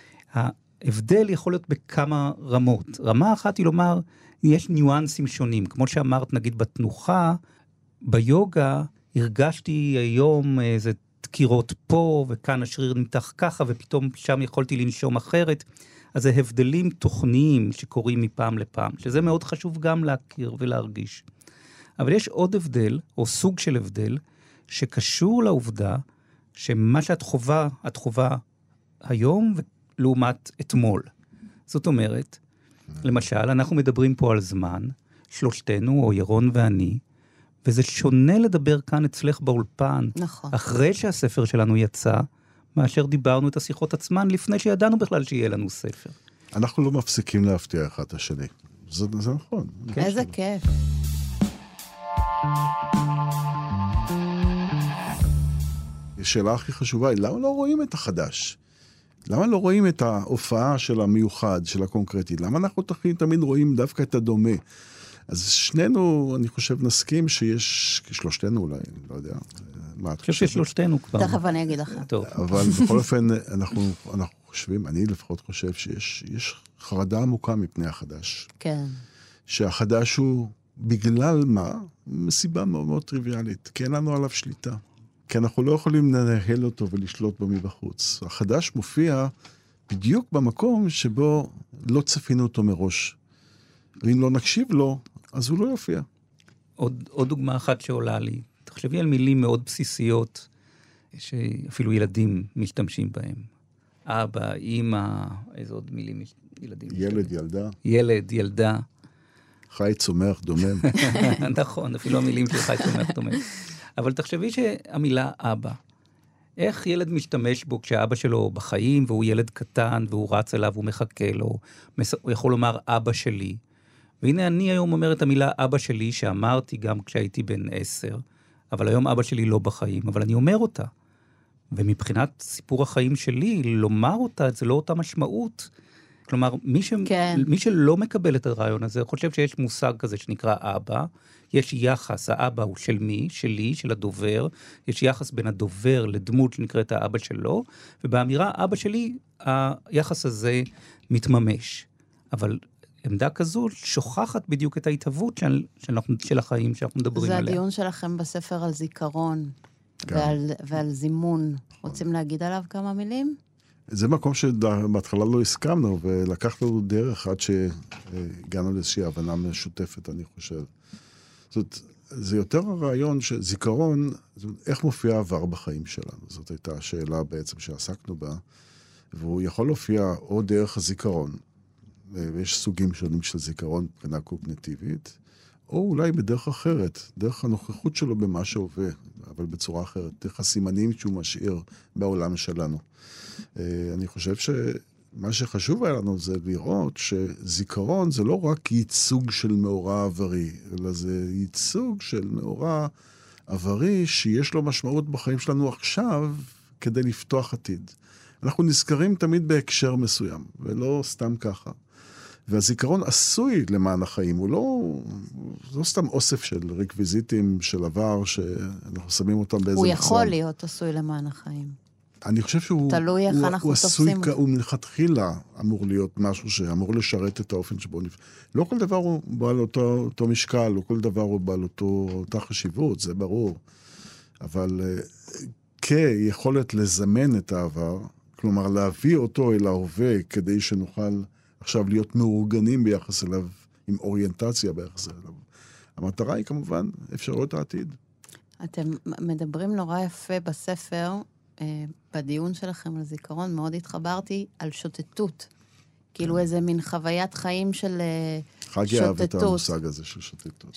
ההבדל יכול להיות בכמה רמות. רמה אחת היא לומר, יש ניואנסים שונים. כמו שאמרת, נגיד בתנוחה, ביוגה, הרגשתי היום איזה דקירות פה, וכאן השריר נמתח ככה, ופתאום שם יכולתי לנשום אחרת. אז זה הבדלים תוכניים שקורים מפעם לפעם, שזה מאוד חשוב גם להכיר ולהרגיש. אבל יש עוד הבדל, או סוג של הבדל, שקשור לעובדה, שמה שאת חובה היום, לעומת אתמול. זאת אומרת, למשל, אנחנו מדברים פה על זמן, שלושתנו, או ירון ואני, וזה שונה לדבר כאן אצלך באולפן, נכון. אחרי שהספר שלנו יצא, מאשר דיברנו את השיחות עצמן, לפני שידענו בכלל שיהיה לנו ספר. אנחנו לא מפסיקים להפתיע אחד את השני. זה נכון. איזה כיף. השאלה הכי חשובה היא, למה לא רואים את החדש? למה לא רואים את ההופעה של המיוחד, של הקונקרטי? למה אנחנו תמיד רואים דווקא את הדומה? אז שנינו, אני חושב, נסכים שיש, שלושתנו אולי, לא יודע. אני חושב ששלושתנו כבר. תכף אני אגיד לך. טוב. אבל בכל אופן, אנחנו חושבים, אני לפחות חושב שיש חרדה עמוקה מפני החדש. כן. שהחדש הוא בגלל מה? מסיבה מאוד מאוד טריוויאלית. כי אין לנו עליו שליטה. כי אנחנו לא יכולים לנהל אותו ולשלוט בו מבחוץ. החדש מופיע בדיוק במקום שבו לא צפינו אותו מראש. ואם לא נקשיב לו, אז הוא לא יופיע. עוד דוגמה אחת שעולה לי. תחשבי על מילים מאוד בסיסיות, שאפילו ילדים משתמשים בהם. אבא, אמא, איזה עוד מילים ילדים משתמשים? ילד, ילדה. ילד, ילדה. חי, צומח, דומם. נכון, אפילו המילים של חי, צומח, דומם. אבל תחשבי שהמילה אבא, איך ילד משתמש בו כשאבא שלו בחיים, והוא ילד קטן, והוא רץ אליו, הוא מחכה לו, הוא יכול לומר אבא שלי. והנה אני היום אומר את המילה אבא שלי, שאמרתי גם כשהייתי בן 10, אבל היום אבא שלי לא בחיים, אבל אני אומר אותה. ומבחינת סיפור החיים שלי, לומר אותה, זה לא אותה משמעות. כלומר, מי שלא מקבל את הרעיון הזה, חושב שיש מושג כזה שנקרא אבא, יש יחס, האבא הוא של מי? שלי, של הדובר, יש יחס בין הדובר לדמות שנקראת האבא שלו, ובאמירה אבא שלי, היחס הזה מתממש. אבל עמדה כזו שוכחת בדיוק את ההתהוות של החיים שאנחנו מדברים עליה. זה הדיון שלכם בספר על זיכרון ועל זימון. רוצים להגיד עליו כמה מילים? זה מקום שבהתחלה לא הסכמנו, ולקחנו דרך עד שהגענו לאיזושהי הבנה משותפת, אני חושב. זאת, זה יותר הרעיון שזיכרון, איך מופיע העבר בחיים שלנו? זאת הייתה השאלה בעצם שעסקנו בה, והוא יכול להופיע או דרך הזיכרון, ויש סוגים שונים של זיכרון מבחינה קוגניטיבית, או אולי בדרך אחרת, דרך הנוכחות שלו במה שהווה, אבל בצורה אחרת, דרך הסימנים שהוא משאיר בעולם שלנו. אני חושב שמה שחשוב היה לנו זה לראות שזיכרון זה לא רק ייצוג של מאורע עברי, אלא זה ייצוג של מאורע עברי שיש לו משמעות בחיים שלנו עכשיו כדי לפתוח עתיד. אנחנו נזכרים תמיד בהקשר מסוים, ולא סתם ככה. והזיכרון עשוי למען החיים, הוא לא סתם אוסף של רקוויזיטים של עבר שאנחנו שמים אותם באיזה הוא מחסן. יכול להיות עשוי למען החיים. אני חושב שהוא תלוי איך אנחנו תופסים. הוא מלכתחילה אמור להיות משהו שאמור לשרת את האופן שבו לא כל דבר הוא בעל אותו משקל, לא כל דבר הוא בעל אותה חשיבות, זה ברור. אבל כיכולת לזמן את העבר, כלומר להביא אותו אל ההווה כדי שנוכל עכשיו להיות מאורגנים ביחס אליו, עם אוריינטציה ביחס אליו. המטרה היא כמובן אפשרות העתיד. אתם מדברים נורא יפה בספר, בדיון שלכם על זיכרון, מאוד התחברתי על שוטטות. כאילו איזה מין חוויית חיים של שוטטות. חגי אהב את המושג הזה של שוטטות.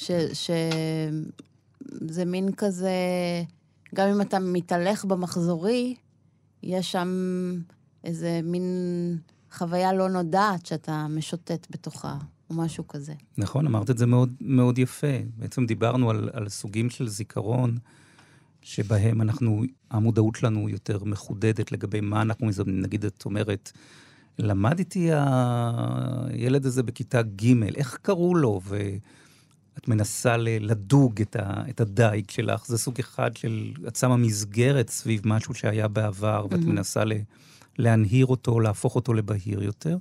זה מין כזה, גם אם אתה מתהלך במחזורי, יש שם איזה מין חוויה לא נודעת שאתה משוטט בתוכה, או משהו כזה. נכון, אמרת את זה מאוד, מאוד יפה. בעצם דיברנו על סוגים של זיכרון, שבהם המודעות שלנו יותר מחודדת לגבי מה אנחנו מזמנים. נגיד, את אומרת, למדתי הילד הזה בכיתה ג', איך קראו לו? ואת מנסה לדוג את הדייג שלך. זה סוג אחד של, את שמה מסגרת סביב משהו שהיה בעבר, ואת מנסה להנהיר אותו, להפוך אותו לבהיר יותר.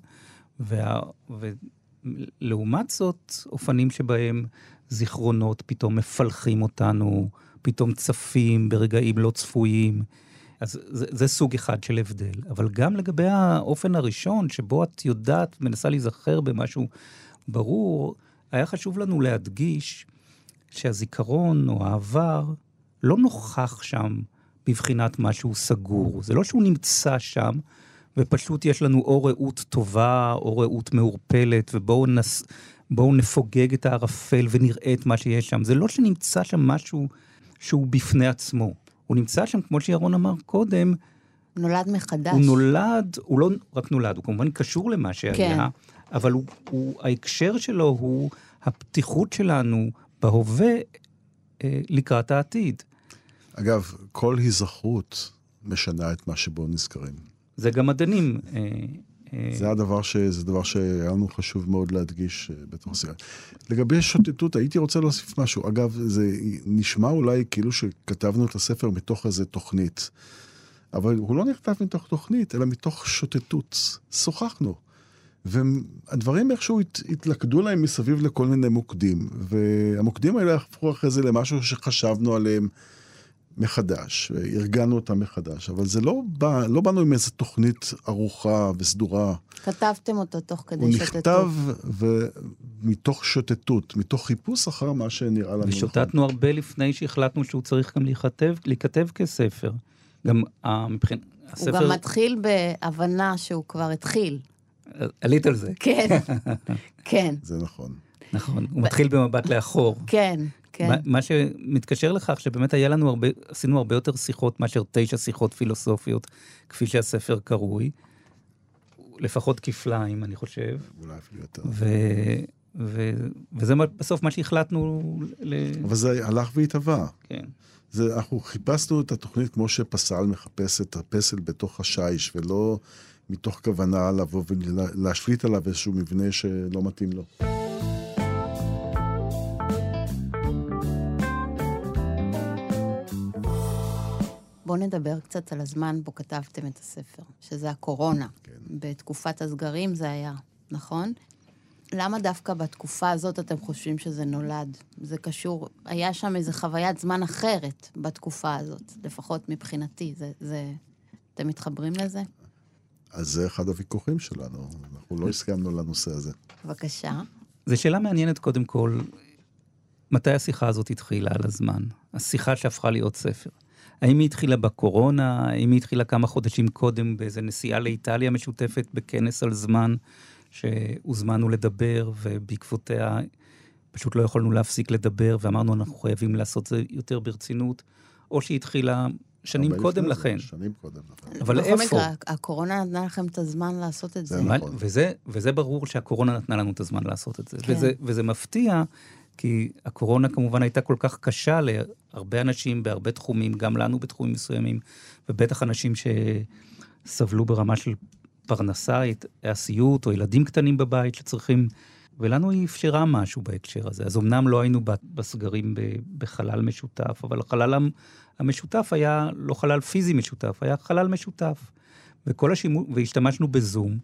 ולעומת זאת, אופנים שבהם זיכרונות פתאום מפלחים אותנו, פתאום צפים ברגעים לא צפויים. אז זה סוג אחד של הבדל. אבל גם לגבי האופן הראשון, שבו את יודעת, מנסה להיזכר במשהו ברור, היה חשוב לנו להדגיש שהזיכרון או העבר לא נוכח שם בבחינת משהו סגור. זה לא שהוא נמצא שם, ופשוט יש לנו או ראות טובה, או ראות מעורפלת, ובואו נפוגג את הערפל ונראה את מה שיש שם. זה לא שנמצא שם משהו שהוא בפני עצמו. הוא נמצא שם, כמו שירון אמר קודם, נולד מחדש. הוא לא רק נולד, הוא כמובן קשור למה שהיה, כן. אבל ההקשר שלו הוא הפתיחות שלנו בהווה לקראת העתיד. אגב, כל היזכרות משנה את מה שבו נזכרים. זה גם מדענים. זה דבר שהיה לנו חשוב מאוד להדגיש בתוך סירה. לגבי שוטטות, הייתי רוצה להוסיף משהו. אגב, זה נשמע אולי כאילו שכתבנו את הספר מתוך איזו תוכנית. אבל הוא לא נכתב מתוך תוכנית, אלא מתוך שוטטות. שוחחנו. והדברים איכשהו התלכדו להם מסביב לכל מיני מוקדים. והמוקדים האלה הפכו אחרי זה למשהו שחשבנו עליהם מחדש, ארגנו אותה מחדש, אבל זה לא באנו עם איזו תוכנית ארוכה וסדורה. כתבתם אותו תוך כדי הוא שוטטות. נכתב מתוך שוטטות, מתוך חיפוש אחר מה שנראה לנו. ושוטטנו הרבה לפני שהחלטנו שהוא צריך גם להיכתב כספר. גם מבחינת הספר... הוא גם מתחיל בהבנה שהוא כבר התחיל. עלית על זה. כן, כן. זה נכון. נכון, הוא מתחיל במבט לאחור. כן, כן. מה שמתקשר לכך, שבאמת עשינו הרבה יותר שיחות מאשר 9 שיחות פילוסופיות, כפי שהספר קרוי, לפחות כפליים, אני חושב. אולי אפילו יותר. וזה בסוף מה שהחלטנו אבל זה הלך והתהווה. כן. אנחנו חיפשנו את התוכנית כמו שפסל מחפש את הפסל בתוך השיש, ולא מתוך כוונה לבוא ולהשליט עליו איזשהו מבנה שלא מתאים לו. בואו נדבר קצת על הזמן בו כתבתם את הספר, שזה הקורונה. כן. בתקופת הסגרים זה היה, נכון? למה דווקא בתקופה הזאת אתם חושבים שזה נולד? זה קשור, היה שם איזו חוויית זמן אחרת בתקופה הזאת, לפחות מבחינתי. אתם מתחברים לזה? אז זה אחד הוויכוחים שלנו. אנחנו לא הסכמנו לנושא הזה. בבקשה. זו שאלה מעניינת קודם כל, מתי השיחה הזאת התחילה על הזמן? השיחה שהפכה להיות ספר. האם היא התחילה בקורונה? האם היא התחילה כמה חודשים קודם באיזו נסיעה לאיטליה משותפת בכנס על זמן, שהוזמנו לדבר, ובעקבותיה פשוט לא יכולנו להפסיק לדבר, ואמרנו אנחנו חייבים לעשות זה יותר ברצינות, או שהיא התחילה שנים קודם לכן. שנים קודם לכן. אבל איפה? הקורונה נתנה לכם את הזמן לעשות את זה. נכון. וזה ברור שהקורונה נתנה לנו את הזמן לעשות את זה. כן. וזה מפתיע, כי הקורונה כמובן הייתה כל כך קשה להרבה אנשים בהרבה תחומים, גם לנו בתחומים מסוימים, ובטח אנשים שסבלו ברמה של פרנסה, עשיות או ילדים קטנים בבית שצריכים, ולנו היא אפשרה משהו בהקשר הזה. אז אמנם לא היינו בסגרים בחלל משותף, אבל החלל המשותף היה לא חלל פיזי משותף, היה חלל משותף. והשתמשנו בזום,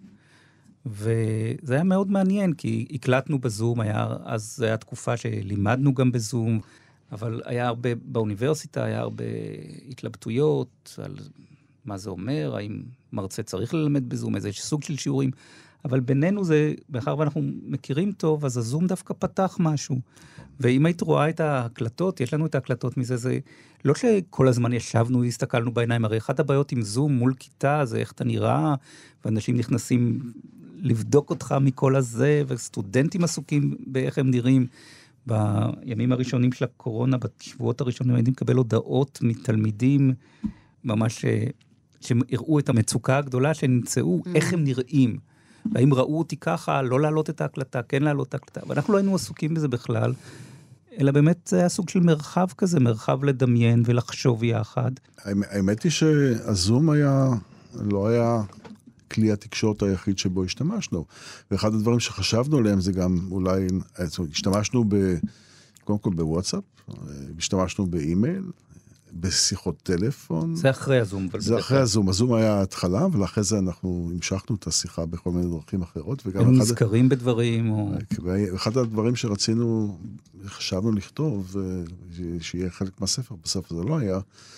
וזה היה מאוד מעניין, כי הקלטנו בזום, אז זו הייתה תקופה שלימדנו גם בזום, אבל היה הרבה, באוניברסיטה היה הרבה התלבטויות על מה זה אומר, האם מרצה צריך ללמד בזום, איזה סוג של שיעורים, אבל בינינו זה, מאחר ואנחנו מכירים טוב, אז הזום דווקא פתח משהו. ואם היית רואה את ההקלטות, יש לנו את ההקלטות מזה, זה לא שכל הזמן ישבנו, הסתכלנו בעיניים, הרי אחת הבעיות עם זום מול כיתה, זה איך אתה נראה, ואנשים נכנסים לבדוק אותך מכל הזה, וסטודנטים עסוקים באיך הם נראים. בימים הראשונים של הקורונה, בשבועות הראשונים, הייתי מקבל הודעות מתלמידים, ממש שהראו את המצוקה הגדולה, שנמצאו איך הם נראים. והאם ראו אותי ככה, לא להעלות את ההקלטה, כן להעלות את ההקלטה. ואנחנו לא היינו עסוקים בזה בכלל, אלא באמת זה היה סוג של מרחב כזה, מרחב לדמיין ולחשוב יחד. האמת היא שהזום לא היה כלי התקשורת היחיד שבו השתמשנו. ואחד הדברים שחשבנו עליהם זה גם אולי, השתמשנו קודם כל בוואטסאפ, השתמשנו באימייל, בשיחות טלפון. זה אחרי הזום. זה אחרי הזום. הזום היה ההתחלה, ולאחרי זה אנחנו המשכנו את השיחה בכל מיני דרכים אחרות. הם נזכרים בדברים. אחד הדברים שרצינו, חשבנו לכתוב, שיהיה חלק מהספר, בסוף זה לא היה,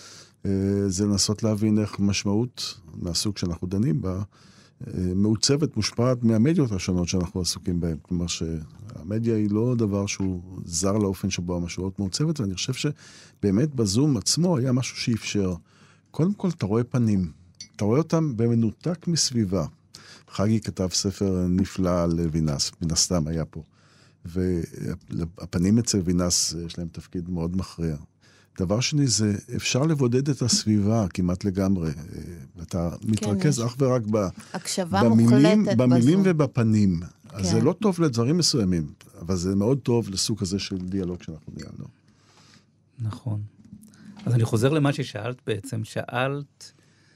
זה לנסות להבין איך משמעות מהסוג שאנחנו דנים בה, מעוצבת, מושפעת מהמדיות השונות שאנחנו עסוקים בהן. כלומר שהמדיה היא לא דבר שהוא זר לאופן שבו המשמעות מעוצבת, ואני חושב שבאמת בזום עצמו היה משהו שאפשר. קודם כל אתה רואה פנים, אתה רואה אותם במנותק מסביבה. חגי כתב ספר נפלא על וינס, מן הסתם היה פה. והפנים אצל וינס יש להם תפקיד מאוד מכריע. דבר שני זה, אפשר לבודד את הסביבה כמעט לגמרי. אתה מתרכז אך ורק במילים ובפנים. אז זה לא טוב לדברים מסוימים, אבל זה מאוד טוב לסוג הזה של דיאלוג שאנחנו ניהלנו. נכון. אז אני חוזר למה ששאלת בעצם. שאלת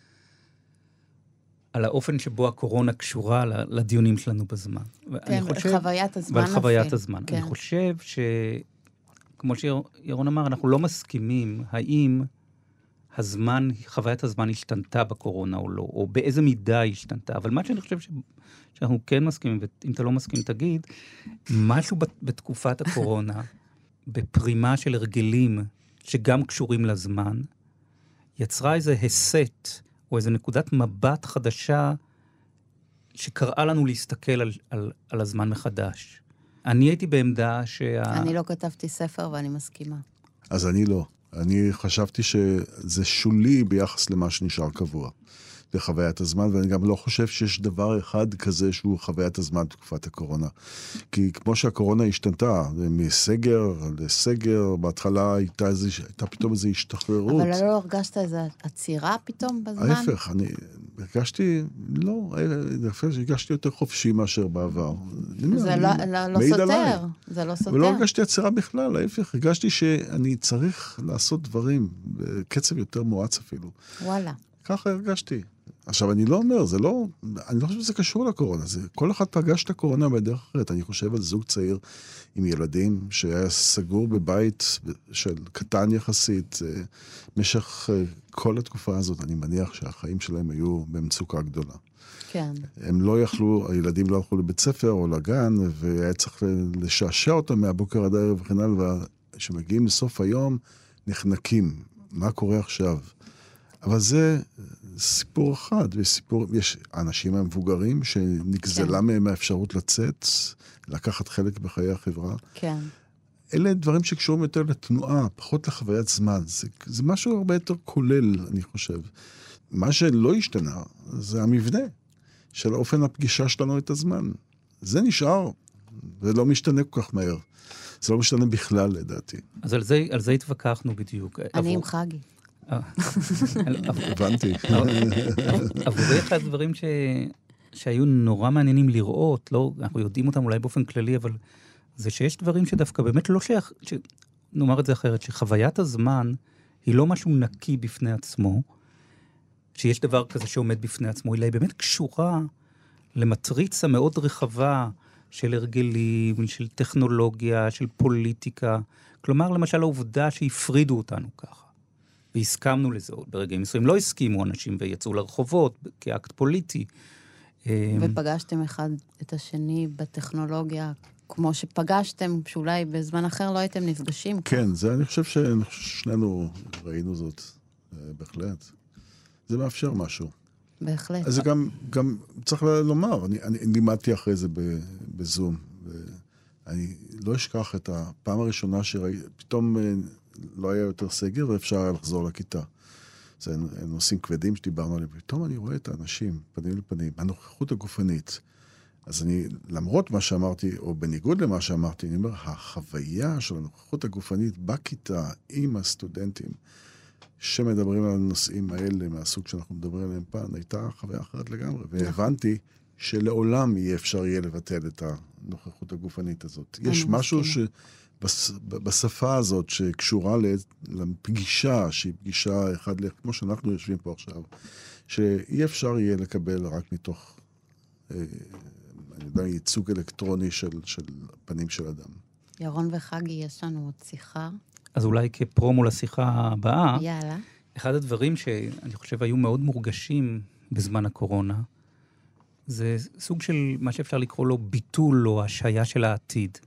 על האופן שבו הקורונה קשורה לדיונים שלנו בזמן. כן, חוויית הזמן. ועל חוויית הזמן. אני חושב כמו שירון אמר, אנחנו לא מסכימים האם חוויית הזמן השתנתה בקורונה או לא, או באיזה מידה השתנתה, אבל מה שאני חושב שאנחנו כן מסכימים, ואם אתה לא מסכים תגיד, משהו בתקופת הקורונה, בפרימה של הרגלים שגם קשורים לזמן, יצרה איזה הסט, או איזה נקודת מבט חדשה, שקראה לנו להסתכל על הזמן מחדש. אני הייתי בעמדה אני לא כתבתי ספר ואני מסכימה. אז אני לא. אני חשבתי שזה שולי ביחס למה שנשאר קבוע. לחוויית הזמן, ואני גם לא חושב שיש דבר אחד כזה שהוא חוויית הזמן בתקופת הקורונה. כי כמו שהקורונה השתנתה, מסגר לסגר, בהתחלה הייתה פתאום איזו השתחררות. אבל לא הרגשת איזו עצירה פתאום בזמן? ההפך, אני הרגשתי, לא, הרגשתי יותר חופשי מאשר בעבר. זה לא סותר, זה לא סותר. ולא הרגשתי עצירה בכלל, ההפך, הרגשתי שאני צריך לעשות דברים בקצב יותר מואץ אפילו. וואלה. ככה הרגשתי. עכשיו, אני לא אומר, אני לא חושב שזה קשור לקורונה. כל אחד פגש את הקורונה בדרך אחרת. אני חושב על זוג צעיר עם ילדים, שהיה סגור בבית של קטן יחסית, משך כל התקופה הזאת. אני מניח שהחיים שלהם היו במצוקה גדולה. כן. הילדים לא הלכו לבית ספר או לגן, והיה צריך לשעשע אותם מהבוקר עד הערב וכן הלאה, וכשמגיעים לסוף היום, נחנקים. מה קורה עכשיו? אבל זה סיפור אחד, יש אנשים המבוגרים שנגזלה מהם האפשרות לצאת, לקחת חלק בחיי החברה. כן. אלה דברים שקשורים יותר לתנועה, פחות לחוויית זמן. זה משהו הרבה יותר כולל, אני חושב. מה שלא השתנה, זה המבנה של אופן הפגישה שלנו את הזמן. זה נשאר, ולא משתנה כל כך מהר. זה לא משתנה בכלל, לדעתי. אז על זה התווכחנו בדיוק. אני עם חגי. הבנתי. אבל זה אחד הדברים שהיו נורא מעניינים לראות, לא, אנחנו יודעים אותם אולי באופן כללי, אבל זה שיש דברים שדווקא באמת לא שייך, נאמר את זה אחרת, שחוויית הזמן היא לא משהו נקי בפני עצמו, שיש דבר כזה שעומד בפני עצמו, אלא היא באמת קשורה למטריצה מאוד רחבה של הרגלים, של טכנולוגיה, של פוליטיקה. כלומר, למשל, העובדה שהפרידו אותנו ככה. והסכמנו לזה עוד ברגעים מסוימים. לא הסכימו אנשים ויצאו לרחובות כאקט פוליטי. ופגשתם אחד את השני בטכנולוגיה, כמו שפגשתם, שאולי בזמן אחר לא הייתם נפגשים. כן, זה אני חושב ששנינו ראינו זאת בהחלט. זה מאפשר משהו. בהחלט. אז זה גם צריך לומר, אני לימדתי אחרי זה בזום, ואני לא אשכח את הפעם הראשונה שפתאום לא היה יותר סגר ואפשר היה לחזור לכיתה. זה נושאים כבדים שדיברנו עליהם, פתאום אני רואה את האנשים, פנים לפנים, הנוכחות הגופנית. אז אני, למרות מה שאמרתי, או בניגוד למה שאמרתי, אני אומר, החוויה של הנוכחות הגופנית בכיתה עם הסטודנטים, שמדברים על הנושאים האלה, מהסוג שאנחנו מדברים עליהם פעם, הייתה חוויה אחרת לגמרי. והבנתי שלעולם יהיה אפשר לבטל את הנוכחות הגופנית הזאת. יש משהו בשפה הזאת שקשורה לפגישה, שהיא פגישה אחד, כמו שאנחנו יושבים פה עכשיו, שאי אפשר יהיה לקבל רק מתוך, אני יודע, ייצוג אלקטרוני של פנים של אדם. ירון וחגי, יש לנו עוד שיחה. אז אולי כפרומו לשיחה הבאה, יאללה. אחד הדברים שאני חושב היו מאוד מורגשים בזמן הקורונה, זה סוג של מה שאפשר לקרוא לו ביטול או השהיה של העתיד.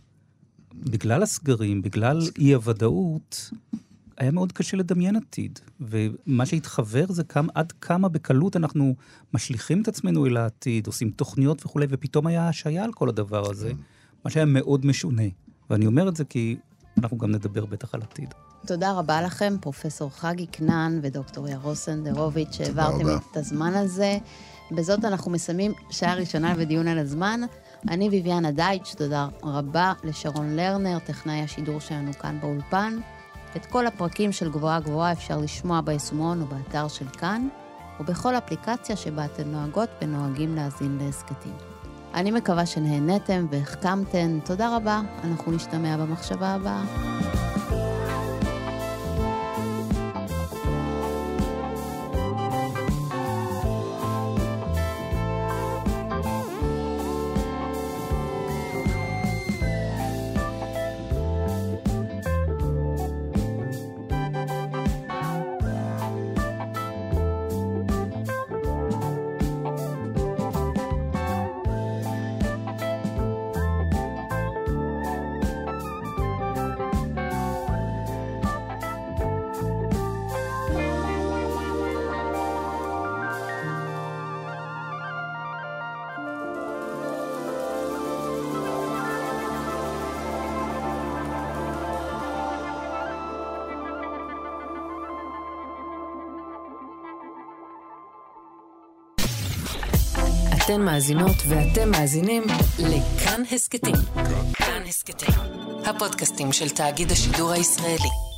בגלל הסגרים, בגלל אי-הוודאות, היה מאוד קשה לדמיין עתיד. ומה שהתחבר זה עד כמה בקלות אנחנו משליכים את עצמנו אל העתיד, עושים תוכניות וכו', ופתאום היה השהיה על כל הדבר הזה, מה שהיה מאוד משונה. ואני אומר את זה כי אנחנו גם נדבר בטח על עתיד. תודה רבה לכם, פרופסור חגי כנען ודוקטור ירון סנדרוביץ', שהעברתם את הזמן הזה. בזאת אנחנו מסיימים שעה ראשונה בדיון על הזמן. אני ויביאנה דייטש, תודה רבה לשרון לרנר, טכנאי השידור שלנו כאן באולפן. את כל הפרקים של גבוהה גבוהה אפשר לשמוע ביישומון או באתר של כאן, ובכל אפליקציה שבה אתם נוהגות ונוהגים להאזין להסקטים. אני מקווה שנהנתם והחכמתן. תודה רבה, אנחנו נשתמע במחשבה הבאה. אתן מאזינות ואתם מאזינים לכאן הסקטים. כאן הסקטים, הפודקאסטים של תאגיד השידור הישראלי.